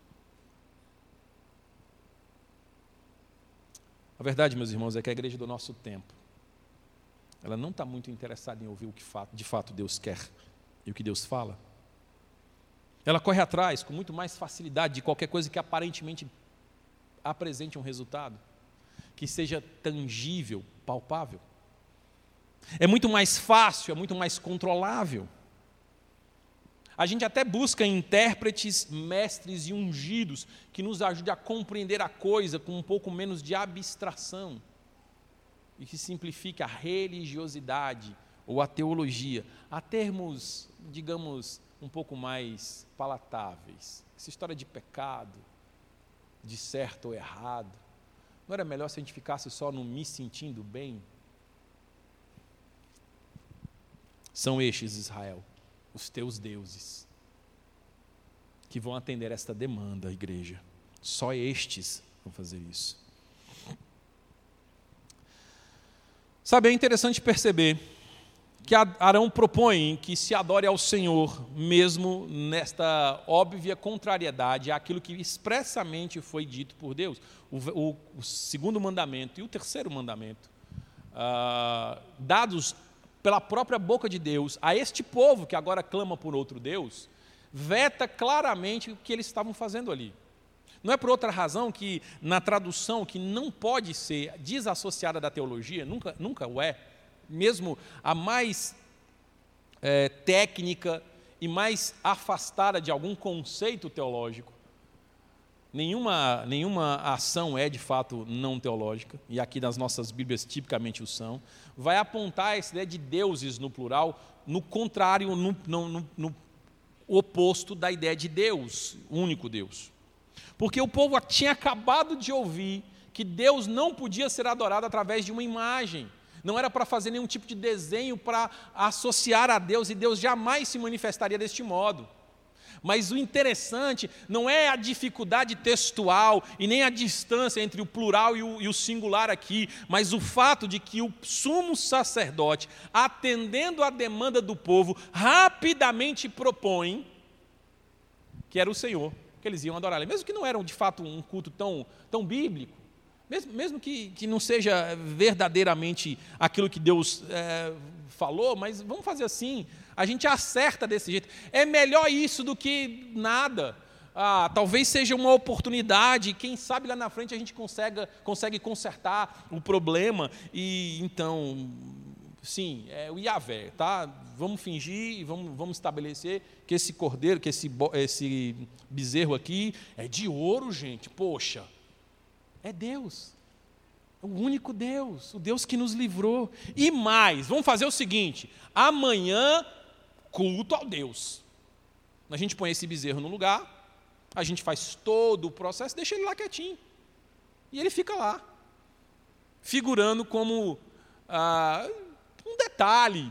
A: A verdade, meus irmãos, é que a igreja do nosso tempo, ela não está muito interessada em ouvir o que de fato Deus quer e o que Deus fala. Ela corre atrás com muito mais facilidade de qualquer coisa que aparentemente apresente um resultado, que seja tangível, palpável. É muito mais fácil, é muito mais controlável. A gente até busca intérpretes, mestres e ungidos que nos ajudem a compreender a coisa com um pouco menos de abstração e que simplifique a religiosidade ou a teologia a termos, digamos, um pouco mais palatáveis. Essa história de pecado, de certo ou errado, não era melhor se a gente ficasse só no me sentindo bem? São estes, Israel, os teus deuses, que vão atender esta demanda, igreja. Só estes vão fazer isso. Sabe, é interessante perceber que Arão propõe que se adore ao Senhor, mesmo nesta óbvia contrariedade àquilo que expressamente foi dito por Deus. O segundo mandamento e o terceiro mandamento, dados pela própria boca de Deus a este povo que agora clama por outro Deus, veta claramente o que eles estavam fazendo ali. Não é por outra razão que na tradução, que não pode ser desassociada da teologia, nunca o é, mesmo a mais técnica e mais afastada de algum conceito teológico, nenhuma ação é de fato não teológica, e aqui nas nossas Bíblias tipicamente o são, vai apontar essa ideia de deuses no plural, no contrário, no oposto da ideia de Deus, único Deus. Porque o povo tinha acabado de ouvir que Deus não podia ser adorado através de uma imagem. Não era para fazer nenhum tipo de desenho para associar a Deus, e Deus jamais se manifestaria deste modo. Mas o interessante não é a dificuldade textual e nem a distância entre o plural e o singular aqui, mas o fato de que o sumo sacerdote, atendendo à demanda do povo, rapidamente propõe que era o Senhor, que eles iam adorar. Mesmo que não era de fato um culto tão bíblico, mesmo que não seja verdadeiramente aquilo que Deus falou, mas vamos fazer assim, a gente acerta desse jeito. É melhor isso do que nada. Talvez seja uma oportunidade, quem sabe lá na frente a gente consegue consertar o problema. E então, sim, é o Yahvé, tá? Vamos fingir, vamos estabelecer que esse cordeiro, que esse bezerro aqui é de ouro, gente. Poxa, é Deus. É o único Deus, o Deus que nos livrou. E mais, vamos fazer o seguinte: amanhã, culto ao Deus. A gente põe esse bezerro no lugar, a gente faz todo o processo, deixa ele lá quietinho. E ele fica lá, figurando como um detalhe.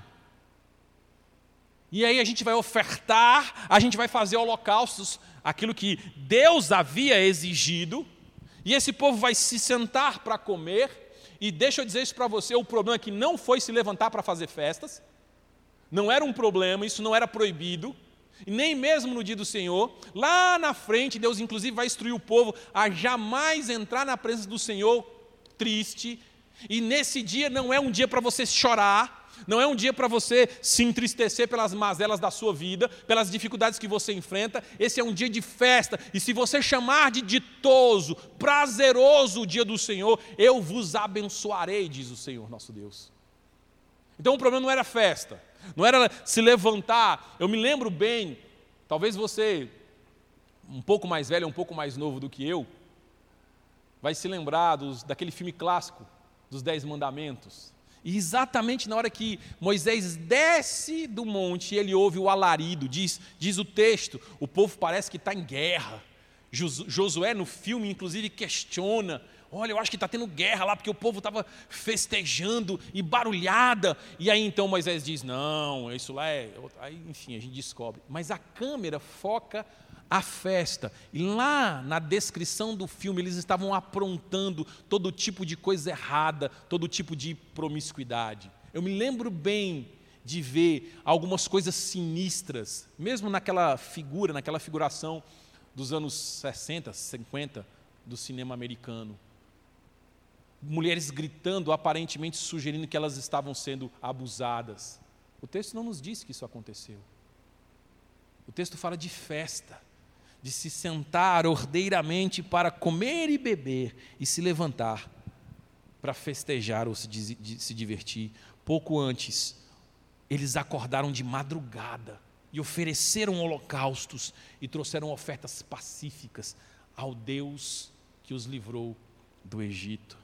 A: E aí a gente vai ofertar, a gente vai fazer holocaustos, aquilo que Deus havia exigido, e esse povo vai se sentar para comer. E deixa eu dizer isso para você, o problema é que não foi se levantar para fazer festas, não era um problema, isso não era proibido, e nem mesmo no dia do Senhor. Lá na frente, Deus inclusive vai instruir o povo a jamais entrar na presença do Senhor triste, e nesse dia não é um dia para você chorar, não é um dia para você se entristecer pelas mazelas da sua vida, pelas dificuldades que você enfrenta. Esse é um dia de festa, e se você chamar de ditoso, prazeroso o dia do Senhor, eu vos abençoarei, diz o Senhor nosso Deus. Então o problema não era festa, não era se levantar. Eu me lembro bem, talvez você, um pouco mais velho, um pouco mais novo do que eu, vai se lembrar daquele filme clássico, dos 10 Mandamentos. E exatamente na hora que Moisés desce do monte, ele ouve o alarido, diz o texto, o povo parece que está em guerra. Josué no filme inclusive questiona: olha, eu acho que está tendo guerra lá, porque o povo estava festejando e barulhada. E aí então Moisés diz: não, isso lá é... Aí, enfim, a gente descobre. Mas a câmera foca a festa. E lá na descrição do filme, eles estavam aprontando todo tipo de coisa errada, todo tipo de promiscuidade. Eu me lembro bem de ver algumas coisas sinistras, mesmo naquela figuração dos anos 60, 50, do cinema americano. Mulheres gritando, aparentemente sugerindo que elas estavam sendo abusadas. O texto não nos diz que isso aconteceu. O texto fala de festa, de se sentar ordeiramente para comer e beber e se levantar para festejar ou se divertir. Pouco antes, eles acordaram de madrugada e ofereceram holocaustos e trouxeram ofertas pacíficas ao Deus que os livrou do Egito.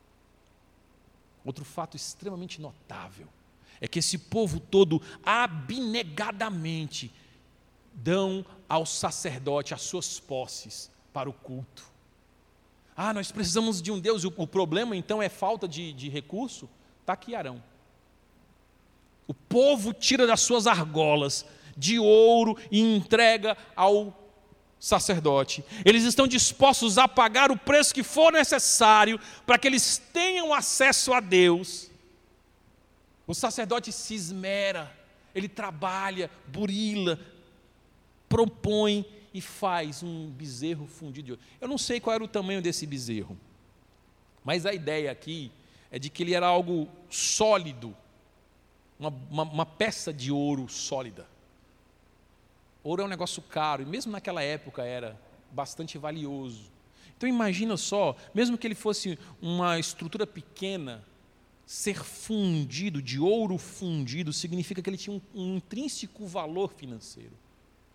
A: Outro fato extremamente notável é que esse povo todo abnegadamente dão ao sacerdote as suas posses para o culto. Nós precisamos de um Deus, o problema então é falta de recurso? Está aqui Arão. O povo tira das suas argolas de ouro e entrega ao sacerdote. Eles estão dispostos a pagar o preço que for necessário para que eles tenham acesso a Deus. O sacerdote se esmera, ele trabalha, burila, propõe e faz um bezerro fundido de ouro. Eu não sei qual era o tamanho desse bezerro, mas a ideia aqui é de que ele era algo sólido, uma peça de ouro sólida. Ouro é um negócio caro, e mesmo naquela época era bastante valioso. Então imagina só, mesmo que ele fosse uma estrutura pequena, ser fundido, de ouro fundido, significa que ele tinha um intrínseco valor financeiro.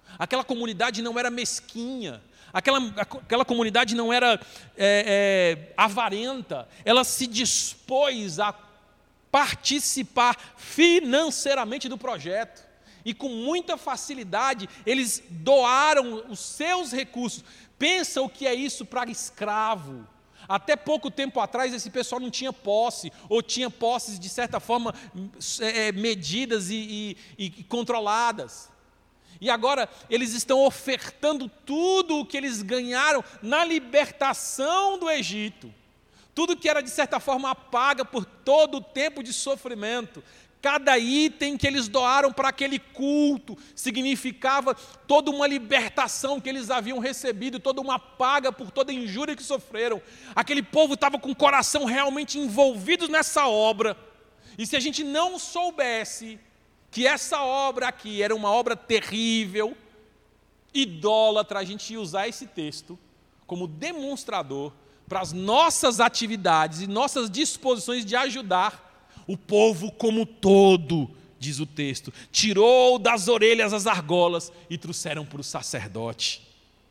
A: Aquela comunidade não era mesquinha. Aquela comunidade não era avarenta. Ela se dispôs a participar financeiramente do projeto. E com muita facilidade, eles doaram os seus recursos. Pensa o que é isso para escravo. Até pouco tempo atrás, esse pessoal não tinha posse, ou tinha posses, de certa forma, medidas e controladas. E agora, eles estão ofertando tudo o que eles ganharam na libertação do Egito. Tudo que era, de certa forma, paga por todo o tempo de sofrimento. Cada item que eles doaram para aquele culto significava toda uma libertação que eles haviam recebido, toda uma paga por toda a injúria que sofreram. Aquele povo estava com o coração realmente envolvido nessa obra. E se a gente não soubesse que essa obra aqui era uma obra terrível, idólatra, a gente ia usar esse texto como demonstrador para as nossas atividades e nossas disposições de ajudar o povo como todo, diz o texto, tirou das orelhas as argolas e trouxeram para o sacerdote.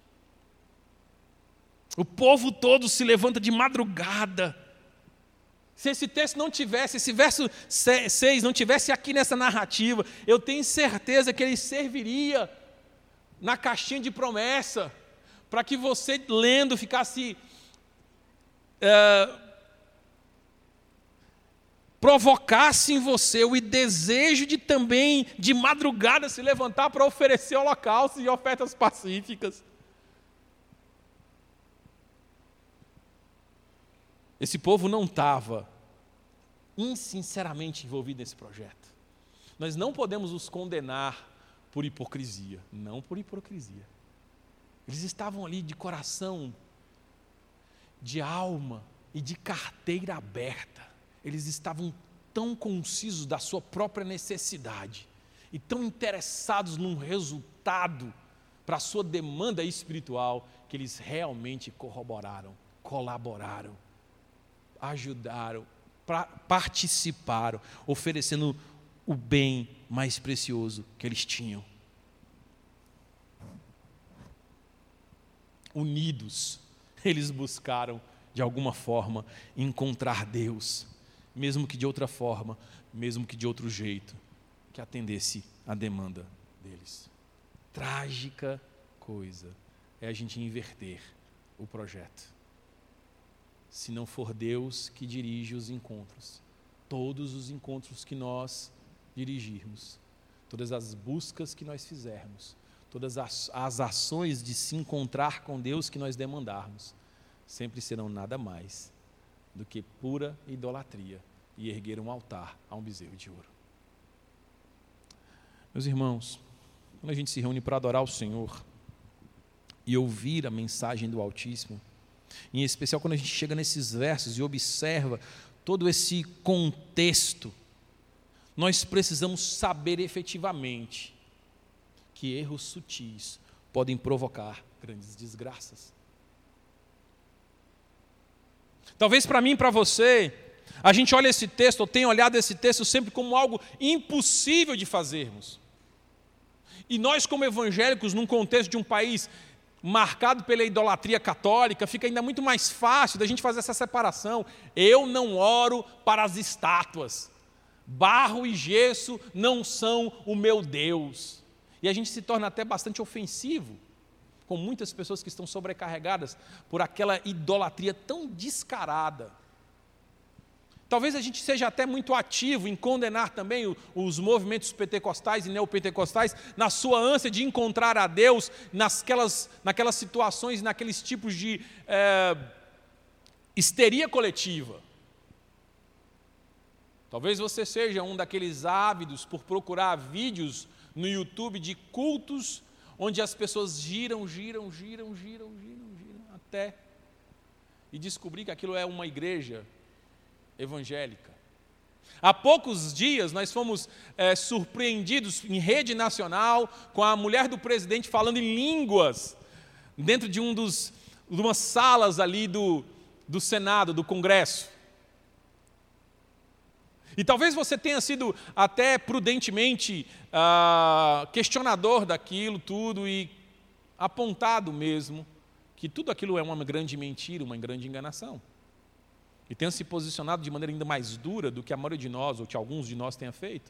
A: O povo todo se levanta de madrugada. Se esse texto não tivesse, esse verso 6 não tivesse aqui nessa narrativa, eu tenho certeza que ele serviria na caixinha de promessa, para que você, lendo, ficasse provocasse em você o desejo de também, de madrugada, se levantar para oferecer holocaustos e ofertas pacíficas. Esse povo não estava insinceramente envolvido nesse projeto. Nós não podemos os condenar por hipocrisia, não por hipocrisia. Eles estavam ali de coração, de alma e de carteira aberta. Eles estavam tão concisos da sua própria necessidade e tão interessados num resultado para a sua demanda espiritual, que eles realmente corroboraram, colaboraram, ajudaram, participaram, oferecendo o bem mais precioso que eles tinham. Unidos, eles buscaram, de alguma forma, encontrar Deus, mesmo que de outra forma, mesmo que de outro jeito, que atendesse à demanda deles. Trágica coisa é a gente inverter o projeto. Se não for Deus que dirige os encontros, todos os encontros que nós dirigirmos, todas as buscas que nós fizermos, todas as ações de se encontrar com Deus que nós demandarmos, sempre serão nada mais do que pura idolatria e erguer um altar a um bezerro de ouro. Meus irmãos, quando a gente se reúne para adorar o Senhor e ouvir a mensagem do Altíssimo, em especial quando a gente chega nesses versos e observa todo esse contexto, nós precisamos saber efetivamente que erros sutis podem provocar grandes desgraças. Talvez para mim e para você, a gente olha esse texto, eu tenho olhado esse texto sempre como algo impossível de fazermos. E nós, como evangélicos, num contexto de um país marcado pela idolatria católica, fica ainda muito mais fácil da gente fazer essa separação. Eu não oro para as estátuas. Barro e gesso não são o meu Deus. E a gente se torna até bastante ofensivo com muitas pessoas que estão sobrecarregadas por aquela idolatria tão descarada. Talvez a gente seja até muito ativo em condenar também os movimentos pentecostais e neopentecostais na sua ânsia de encontrar a Deus naquelas situações, naqueles tipos de histeria coletiva. Talvez você seja um daqueles ávidos por procurar vídeos no YouTube de cultos onde as pessoas giram até e descobrir que aquilo é uma igreja evangélica. Há poucos dias nós fomos surpreendidos em rede nacional com a mulher do presidente falando em línguas dentro de umas salas ali do Senado, do Congresso. E talvez você tenha sido até prudentemente questionador daquilo tudo e apontado mesmo que tudo aquilo é uma grande mentira, uma grande enganação. E tenha se posicionado de maneira ainda mais dura do que a maioria de nós, ou que alguns de nós tenha feito.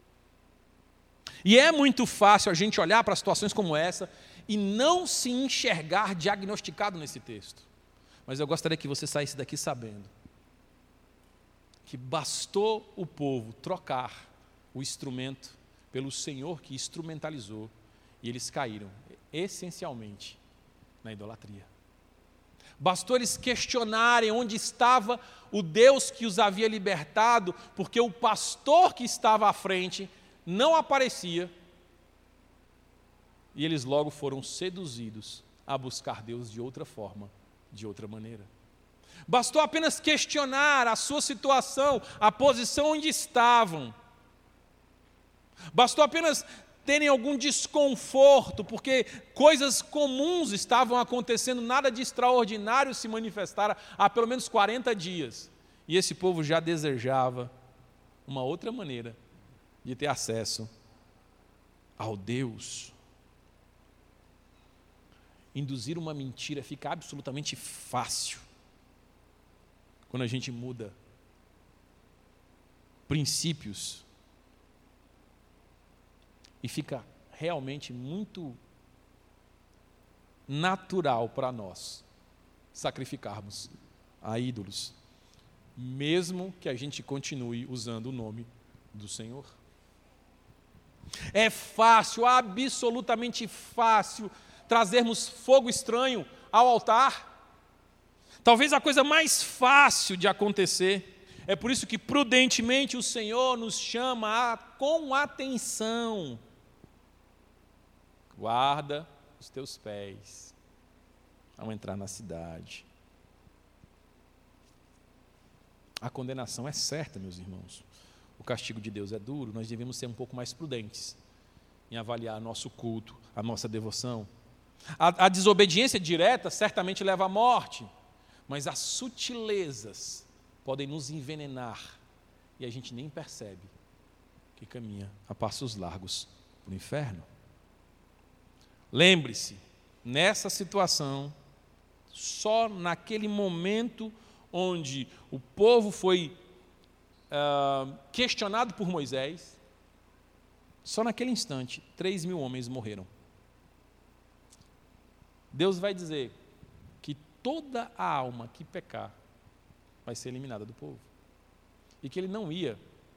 A: E é muito fácil a gente olhar para situações como essa e não se enxergar diagnosticado nesse texto. Mas eu gostaria que você saísse daqui sabendo que bastou o povo trocar o instrumento pelo Senhor que instrumentalizou, e eles caíram essencialmente na idolatria. Bastou eles questionarem onde estava o Deus que os havia libertado, porque o pastor que estava à frente não aparecia, e eles logo foram seduzidos a buscar Deus de outra forma, de outra maneira. Bastou apenas questionar a sua situação, a posição onde estavam. Bastou apenas terem algum desconforto, porque coisas comuns estavam acontecendo, nada de extraordinário se manifestara há pelo menos 40 dias. E esse povo já desejava uma outra maneira de ter acesso ao Deus. Induzir uma mentira fica absolutamente fácil quando a gente muda princípios, e fica realmente muito natural para nós sacrificarmos a ídolos, mesmo que a gente continue usando o nome do Senhor. É fácil, absolutamente fácil, trazermos fogo estranho ao altar. Talvez a coisa mais fácil de acontecer. É por isso que prudentemente o Senhor nos chama com atenção. Guarda os teus pés ao entrar na cidade. A condenação é certa, meus irmãos. O castigo de Deus é duro, nós devemos ser um pouco mais prudentes em avaliar nosso culto, a nossa devoção. A desobediência direta certamente leva à morte, mas as sutilezas podem nos envenenar e a gente nem percebe que caminha a passos largos para o inferno. Lembre-se, nessa situação, só naquele momento onde o povo foi questionado por Moisés, só naquele instante, 3.000 homens morreram. Deus vai dizer que toda a alma que pecar vai ser eliminada do povo. E que ele não ia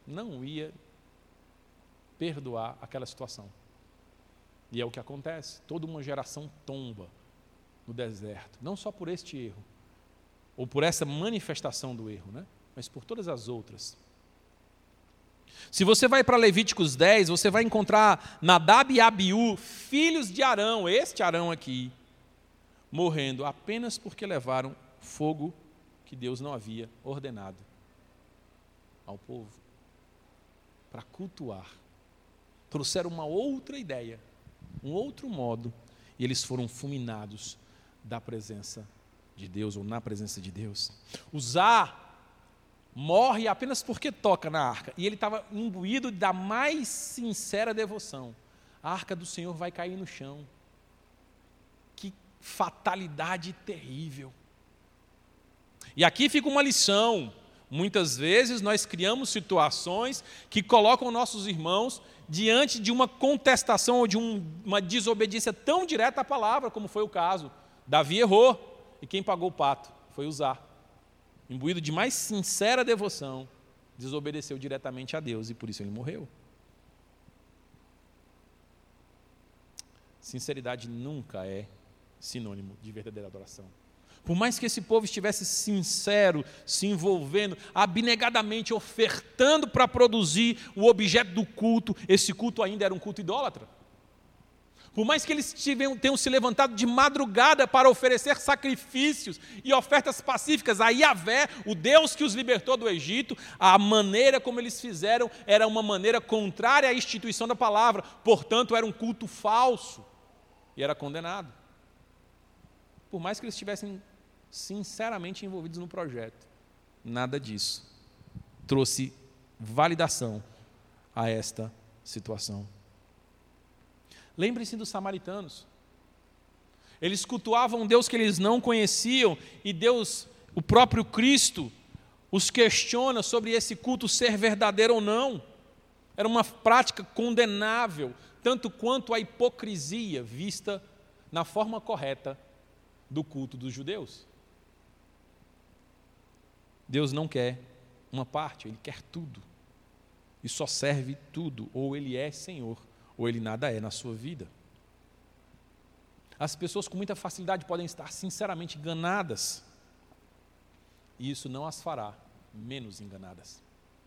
A: perdoar aquela situação. E é o que acontece. Toda uma geração tomba no deserto. Não só por este erro, ou por essa manifestação do erro, né? Mas por todas as outras. Se você vai para Levíticos 10, você vai encontrar Nadab e Abiú, filhos de Arão, este Arão aqui, morrendo apenas porque levaram fogo que Deus não havia ordenado ao povo para cultuar. Trouxeram uma outra ideia, um outro modo, e eles foram fulminados da presença de Deus, ou na presença de Deus. Uzá morre apenas porque toca na arca, e ele estava imbuído da mais sincera devoção. A arca do Senhor vai cair no chão. Que fatalidade terrível. E aqui fica uma lição. Muitas vezes nós criamos situações que colocam nossos irmãos diante de uma contestação ou de uma desobediência tão direta à palavra, como foi o caso. Davi errou, e quem pagou o pato foi Uzá. Imbuído de mais sincera devoção, desobedeceu diretamente a Deus, e por isso ele morreu. Sinceridade nunca é sinônimo de verdadeira adoração. Por mais que esse povo estivesse sincero, se envolvendo, abnegadamente ofertando para produzir o objeto do culto, esse culto ainda era um culto idólatra. Por mais que eles tenham se levantado de madrugada para oferecer sacrifícios e ofertas pacíficas a Yahvé, o Deus que os libertou do Egito, a maneira como eles fizeram era uma maneira contrária à instituição da palavra, portanto era um culto falso e era condenado. Por mais que eles estivessem sinceramente envolvidos no projeto, nada disso trouxe validação a esta situação. Lembre-se dos samaritanos. Eles cultuavam um Deus que eles não conheciam, e Deus, o próprio Cristo, os questiona sobre esse culto ser verdadeiro ou não. Era uma prática condenável, tanto quanto a hipocrisia vista na forma correta do culto dos judeus. Deus não quer uma parte, Ele quer tudo. E só serve tudo. Ou Ele é Senhor, ou Ele nada é na sua vida. As pessoas com muita facilidade podem estar sinceramente enganadas. E isso não as fará menos enganadas.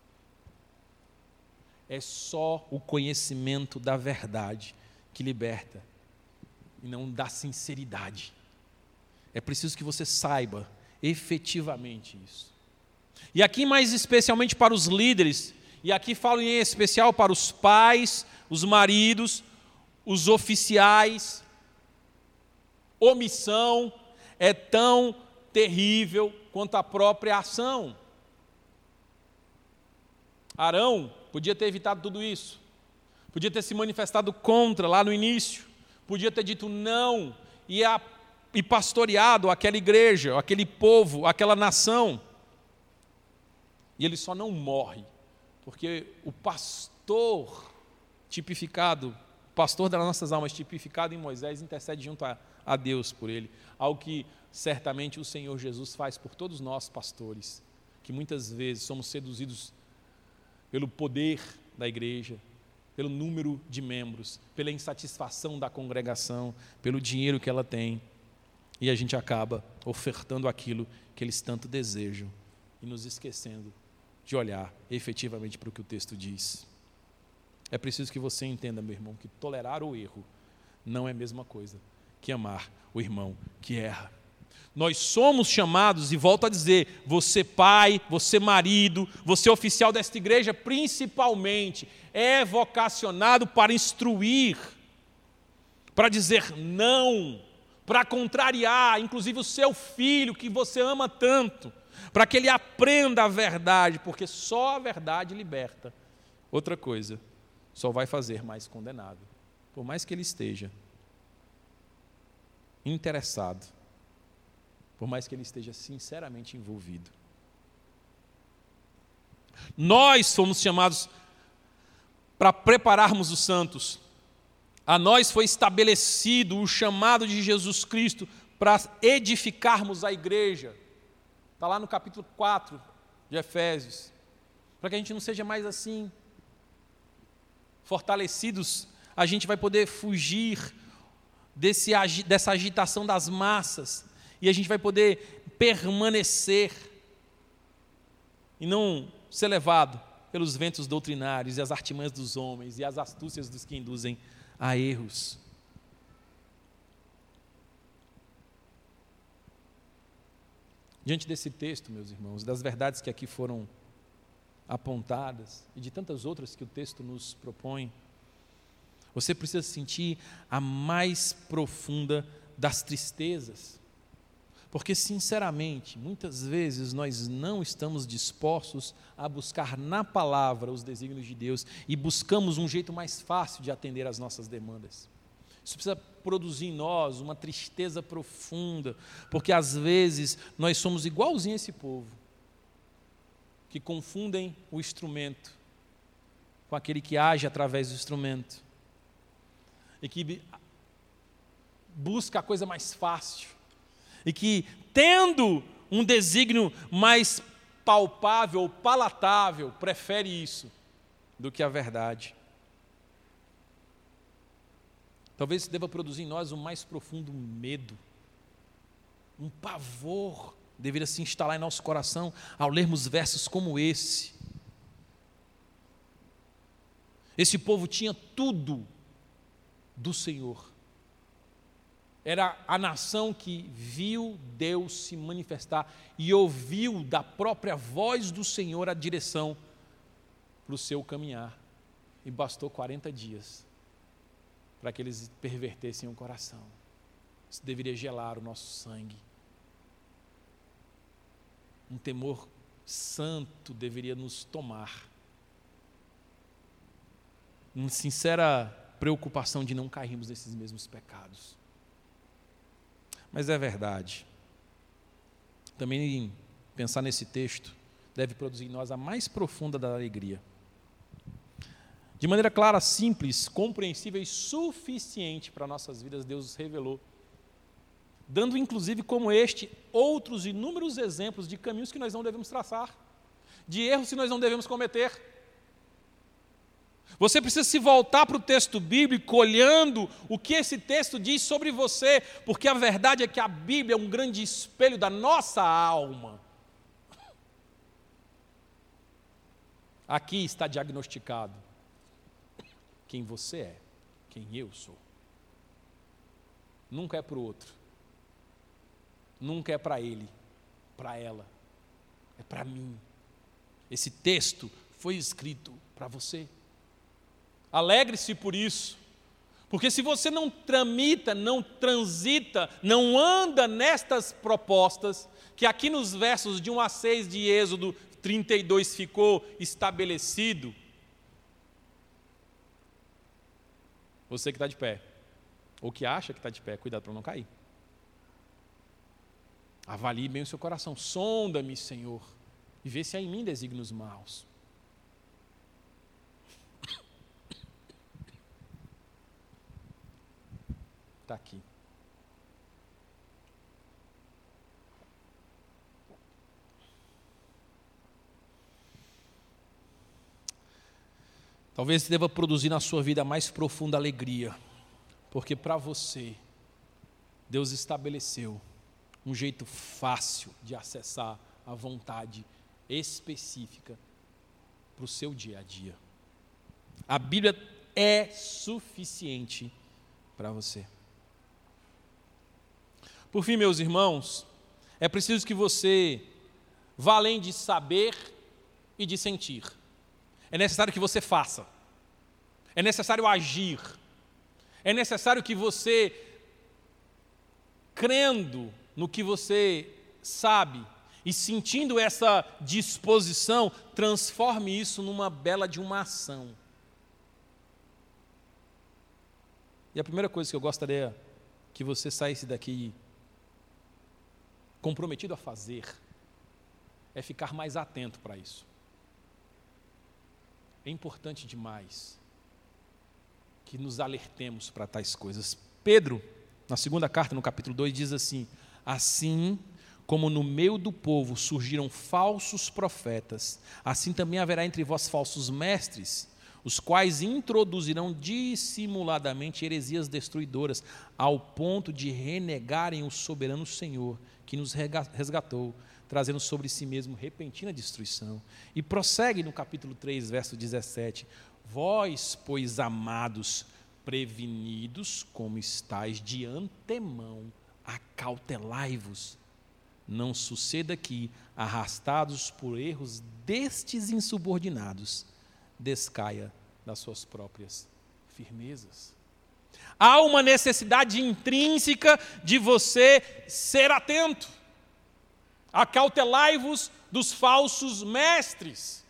A: É só o conhecimento da verdade que liberta, e não da sinceridade. É preciso que você saiba efetivamente isso. E aqui mais especialmente para os líderes, e aqui falo em especial para os pais, os maridos, os oficiais, omissão é tão terrível quanto a própria ação. Arão podia ter evitado tudo isso, podia ter se manifestado contra lá no início, podia ter dito não e pastoreado aquela igreja, aquele povo, aquela nação. E ele só não morre, porque o pastor tipificado, o pastor das nossas almas tipificado em Moisés, intercede junto a Deus por ele, algo que certamente o Senhor Jesus faz por todos nós pastores, que muitas vezes somos seduzidos pelo poder da igreja, pelo número de membros, pela insatisfação da congregação, pelo dinheiro que ela tem, e a gente acaba ofertando aquilo que eles tanto desejam e nos esquecendo de olhar efetivamente para o que o texto diz. É preciso que você entenda, meu irmão, que tolerar o erro não é a mesma coisa que amar o irmão que erra. Nós somos chamados, e volto a dizer, você pai, você marido, você oficial desta igreja, principalmente, é vocacionado para instruir, para dizer não, para contrariar, inclusive o seu filho que você ama tanto, para que ele aprenda a verdade, porque só a verdade liberta. Outra coisa, só vai fazer mais condenado, por mais que ele esteja interessado, por mais que ele esteja sinceramente envolvido. Nós fomos chamados para prepararmos os santos. A nós foi estabelecido o chamado de Jesus Cristo para edificarmos a igreja. Está lá no capítulo 4 de Efésios. Para que a gente não seja mais assim. Fortalecidos, a gente vai poder fugir dessa agitação das massas, e a gente vai poder permanecer e não ser levado pelos ventos doutrinários e as artimanhas dos homens e as astúcias dos que induzem a erros. Diante desse texto, meus irmãos, das verdades que aqui foram apontadas e de tantas outras que o texto nos propõe, você precisa sentir a mais profunda das tristezas, porque, sinceramente, muitas vezes nós não estamos dispostos a buscar na palavra os desígnios de Deus e buscamos um jeito mais fácil de atender às nossas demandas. Isso precisa produzir em nós uma tristeza profunda, porque às vezes nós somos igualzinho a esse povo, que confundem o instrumento com aquele que age através do instrumento, e que busca a coisa mais fácil, e que, tendo um desígnio mais palpável, palatável, prefere isso do que a verdade. Talvez isso deva produzir em nós um mais profundo medo, um pavor deveria se instalar em nosso coração ao lermos versos como esse. Esse povo tinha tudo do Senhor. Era a nação que viu Deus se manifestar e ouviu da própria voz do Senhor a direção para o seu caminhar. E bastou 40 dias para que eles pervertessem o coração. Isso deveria gelar o nosso sangue. Um temor santo deveria nos tomar uma sincera preocupação de não cairmos nesses mesmos pecados. Mas é verdade. Também pensar nesse texto deve produzir em nós a mais profunda da alegria. De maneira clara, simples, compreensível e suficiente para nossas vidas, Deus revelou, dando inclusive como este outros inúmeros exemplos de caminhos que nós não devemos traçar, de erros que nós não devemos cometer. Você precisa se voltar para o texto bíblico, olhando o que esse texto diz sobre você, porque a verdade é que a Bíblia é um grande espelho da nossa alma. Aqui está diagnosticado quem você é, quem eu sou. Nunca é para o outro, nunca é para ele, para ela, é para mim. Esse texto foi escrito para você. Alegre-se por isso, porque se você não tramita, não transita, não anda nestas propostas, que aqui nos versos de 1 a 6 de Êxodo 32 ficou estabelecido, você que está de pé, ou que acha que está de pé, cuidado para não cair. Avalie bem o seu coração, sonda-me, Senhor, e vê se há em mim desígnios maus. Está aqui. Talvez deva produzir na sua vida a mais profunda alegria, porque para você, Deus estabeleceu um jeito fácil de acessar a vontade específica para o seu dia a dia. A Bíblia é suficiente para você. Por fim, meus irmãos, é preciso que você vá além de saber e de sentir. É necessário que você faça. É necessário agir. É necessário que você, crendo no que você sabe e sentindo essa disposição, transforme isso numa bela de uma ação. E a primeira coisa que eu gostaria que você saísse daqui comprometido a fazer é ficar mais atento para isso. É importante demais que nos alertemos para tais coisas. Pedro, na segunda carta, no capítulo 2, diz assim: assim como no meio do povo surgiram falsos profetas, assim também haverá entre vós falsos mestres, os quais introduzirão dissimuladamente heresias destruidoras, ao ponto de renegarem o soberano Senhor, que nos resgatou, trazendo sobre si mesmo repentina destruição. E prossegue no capítulo 3, verso 17: vós, pois, amados, prevenidos como estáis de antemão, acautelai-vos, não suceda que, arrastados por erros destes insubordinados, descaia das suas próprias firmezas. Há uma necessidade intrínseca de você ser atento. Acautelai-vos dos falsos mestres.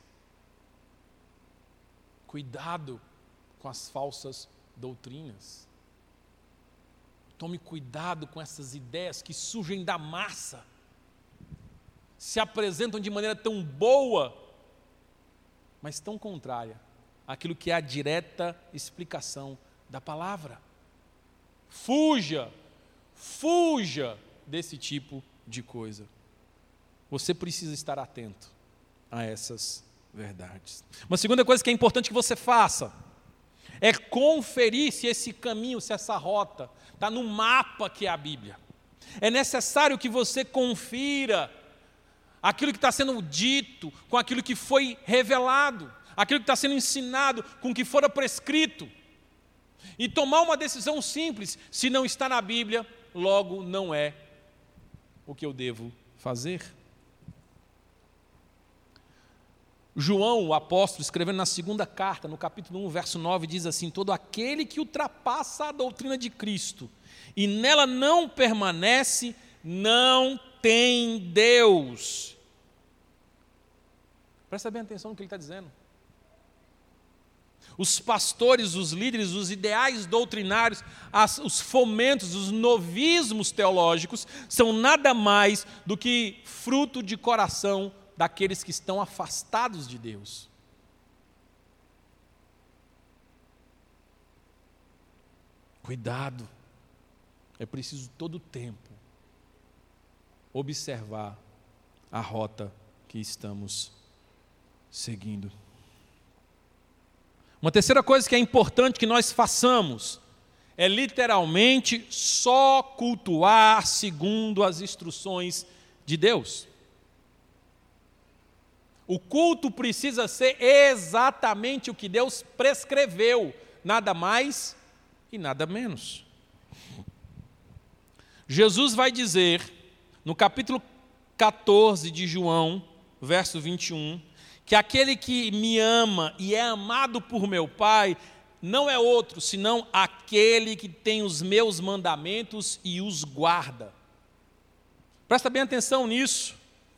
A: Cuidado com as falsas doutrinas. Tome cuidado com essas ideias que surgem da massa, se apresentam de maneira tão boa, mas tão contrária àquilo que é a direta explicação da palavra. Fuja desse tipo de coisa. Você precisa estar atento a essas verdades. Uma segunda coisa que é importante que você faça é conferir se esse caminho, se essa rota está no mapa que é a Bíblia. É necessário que você confira aquilo que está sendo dito com aquilo que foi revelado, aquilo que está sendo ensinado com o que fora prescrito, e tomar uma decisão simples: se não está na Bíblia, logo não é o que eu devo fazer. João, o apóstolo, escrevendo na segunda carta, no capítulo 1, verso 9, diz assim: todo aquele que ultrapassa a doutrina de Cristo e nela não permanece, não tem Deus. Presta bem atenção no que ele está dizendo. os pastores, os líderes, os ideais doutrinários, os fomentos, os novismos teológicos, são nada mais do que fruto de coração daqueles que estão afastados de Deus. Cuidado, é preciso todo o tempo observar a rota que estamos seguindo. Uma terceira coisa que é importante que nós façamos é literalmente só cultuar segundo as instruções de Deus. O culto precisa ser exatamente o que Deus prescreveu, nada mais e nada menos. Jesus vai dizer, no capítulo 14 de João, verso 21, que aquele que me ama e é amado por meu Pai, não é outro, senão aquele que tem os meus mandamentos e os guarda. Presta bem atenção nisso.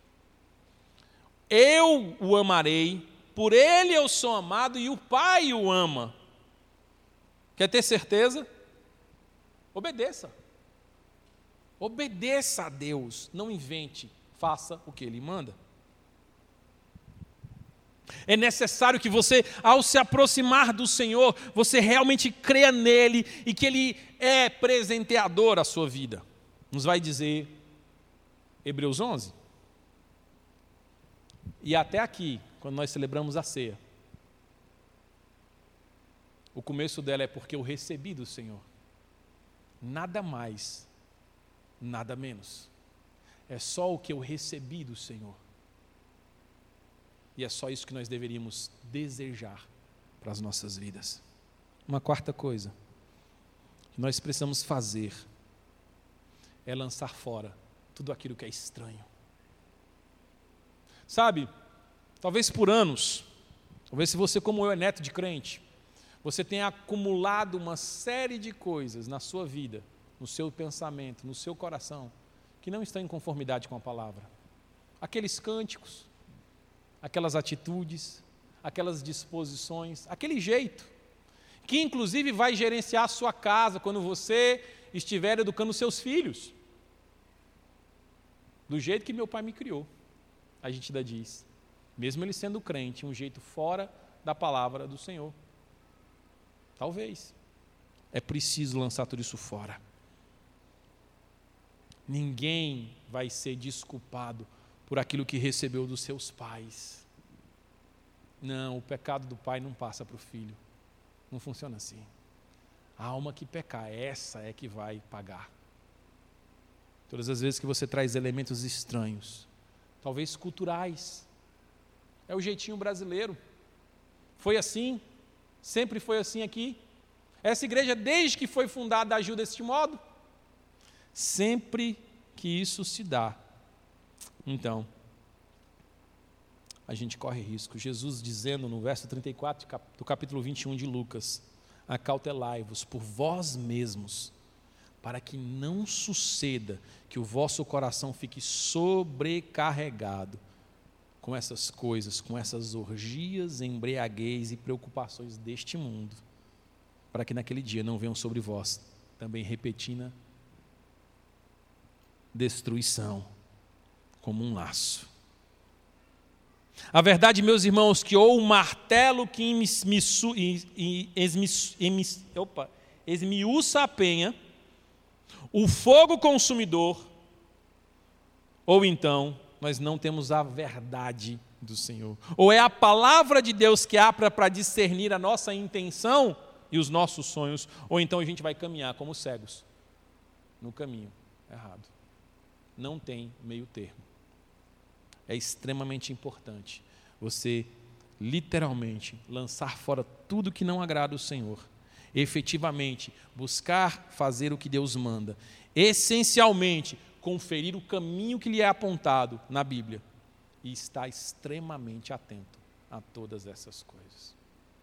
A: Eu o amarei, por ele eu sou amado e o Pai o ama. Quer ter certeza? Obedeça. Obedeça a Deus, não invente, faça o que Ele manda. É necessário que você, ao se aproximar do Senhor, você realmente creia nele e que Ele é presenteador à sua vida. Nos vai dizer Hebreus 11. E até aqui, quando nós celebramos a ceia, o começo dela é porque eu recebi do Senhor. Nada mais, nada menos. É só o que eu recebi do Senhor. E é só isso que nós deveríamos desejar para as nossas vidas. Uma quarta coisa que nós precisamos fazer é lançar fora tudo aquilo que é estranho. Sabe, talvez por anos, talvez se você como eu é neto de crente, você tenha acumulado uma série de coisas na sua vida, no seu pensamento, no seu coração, que não estão em conformidade com a palavra. Aqueles cânticos, aquelas atitudes, aquelas disposições, aquele jeito, que inclusive vai gerenciar a sua casa quando você estiver educando seus filhos. Do jeito que meu pai me criou, a gente ainda diz, mesmo ele sendo crente, um jeito fora da palavra do Senhor. Talvez. É preciso lançar tudo isso fora. Ninguém vai ser desculpado por aquilo que recebeu dos seus pais. Não, o pecado do pai não passa para o filho. Não funciona assim. A alma que pecar, essa é que vai pagar. Todas as vezes que você traz elementos estranhos, talvez culturais, é o jeitinho brasileiro. Foi assim, sempre foi assim aqui. Essa igreja, desde que foi fundada, agiu deste modo. Sempre que isso se dá, então, a gente corre risco. Jesus dizendo no verso 34 do capítulo 21 de Lucas: acautelai-vos por vós mesmos, para que não suceda que o vosso coração fique sobrecarregado com essas coisas, com essas orgias, embriaguez e preocupações deste mundo, para que naquele dia não venham sobre vós também repentina destruição, como um laço. A verdade, meus irmãos, que ou o martelo que esmiuça a penha, o fogo consumidor, ou então nós não temos a verdade do Senhor. Ou é a palavra de Deus que apta para discernir a nossa intenção e os nossos sonhos, ou então a gente vai caminhar como cegos no caminho errado. Não tem meio termo. É extremamente importante você literalmente lançar fora tudo que não agrada o Senhor, efetivamente buscar fazer o que Deus manda, essencialmente conferir o caminho que lhe é apontado na Bíblia e estar extremamente atento a todas essas coisas.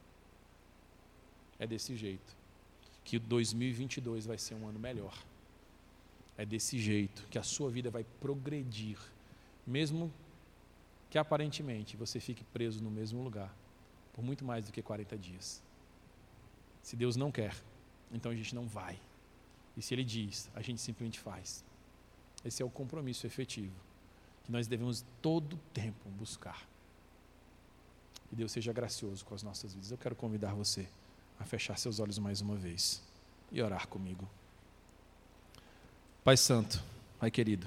A: É desse jeito que o 2022 vai ser um ano melhor. É desse jeito que a sua vida vai progredir, mesmo que aparentemente você fique preso no mesmo lugar por muito mais do que 40 dias. Se Deus não quer, então a gente não vai. E se Ele diz, a gente simplesmente faz. Esse é o compromisso efetivo que nós devemos todo o tempo buscar. Que Deus seja gracioso com as nossas vidas. Eu quero convidar você a fechar seus olhos mais uma vez e orar comigo. Pai Santo, Pai querido,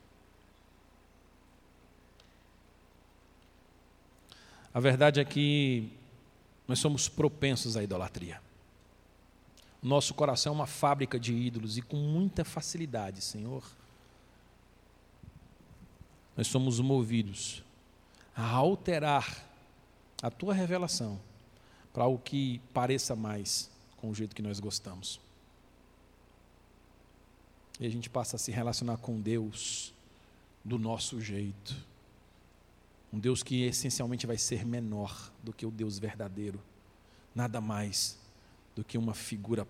A: a verdade é que nós somos propensos à idolatria. Nosso coração é uma fábrica de ídolos e com muita facilidade, Senhor, nós somos movidos a alterar a Tua revelação para algo que pareça mais com o jeito que nós gostamos. E a gente passa a se relacionar com Deus do nosso jeito. Um Deus que essencialmente vai ser menor do que o Deus verdadeiro. Nada mais do que uma figura,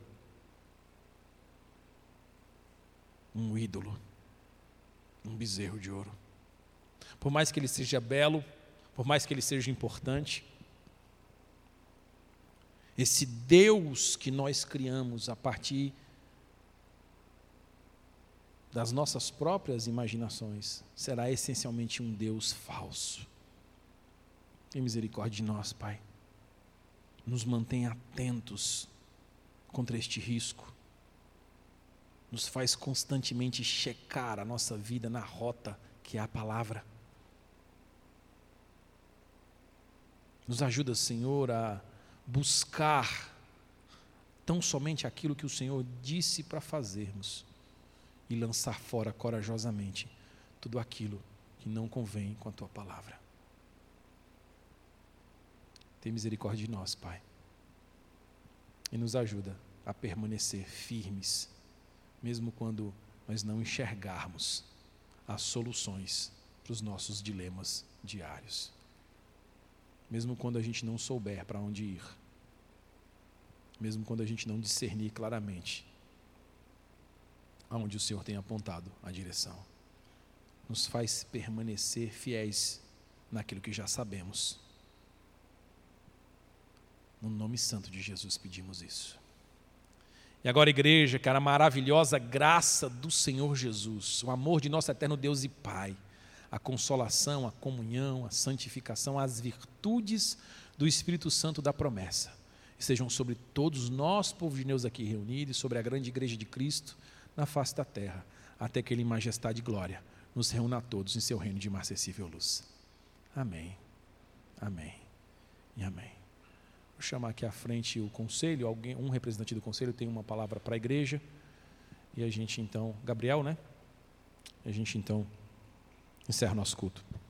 A: um ídolo, um bezerro de ouro. Por mais que ele seja belo, por mais que ele seja importante, esse Deus que nós criamos a partir das nossas próprias imaginações será essencialmente um Deus falso. Tem misericórdia de nós, Pai. Nos mantenha atentos contra este risco. Nos faz constantemente checar a nossa vida na rota que é a palavra. Nos ajuda, Senhor, a buscar tão somente aquilo que o Senhor disse para fazermos e lançar fora corajosamente tudo aquilo que não convém com a Tua palavra. Tem misericórdia de nós, Pai, e nos ajuda a permanecer firmes, mesmo quando nós não enxergarmos as soluções para os nossos dilemas diários. Mesmo quando a gente não souber para onde ir, mesmo quando a gente não discernir claramente aonde o Senhor tem apontado a direção, nos faz permanecer fiéis naquilo que já sabemos. No nome santo de Jesus pedimos isso. E agora, igreja, cara, a maravilhosa graça do Senhor Jesus, o amor de nosso eterno Deus e Pai, a consolação, a comunhão, a santificação, as virtudes do Espírito Santo da promessa, estejam sobre todos nós, povo de Deus aqui reunidos, sobre a grande igreja de Cristo, na face da terra, até que Ele em majestade e glória nos reúna a todos em seu reino de inacessível luz. Amém, amém e amém. Vou chamar aqui à frente o conselho, um representante do conselho tem uma palavra para a igreja, e a gente então, Gabriel, né? A gente então encerra o nosso culto.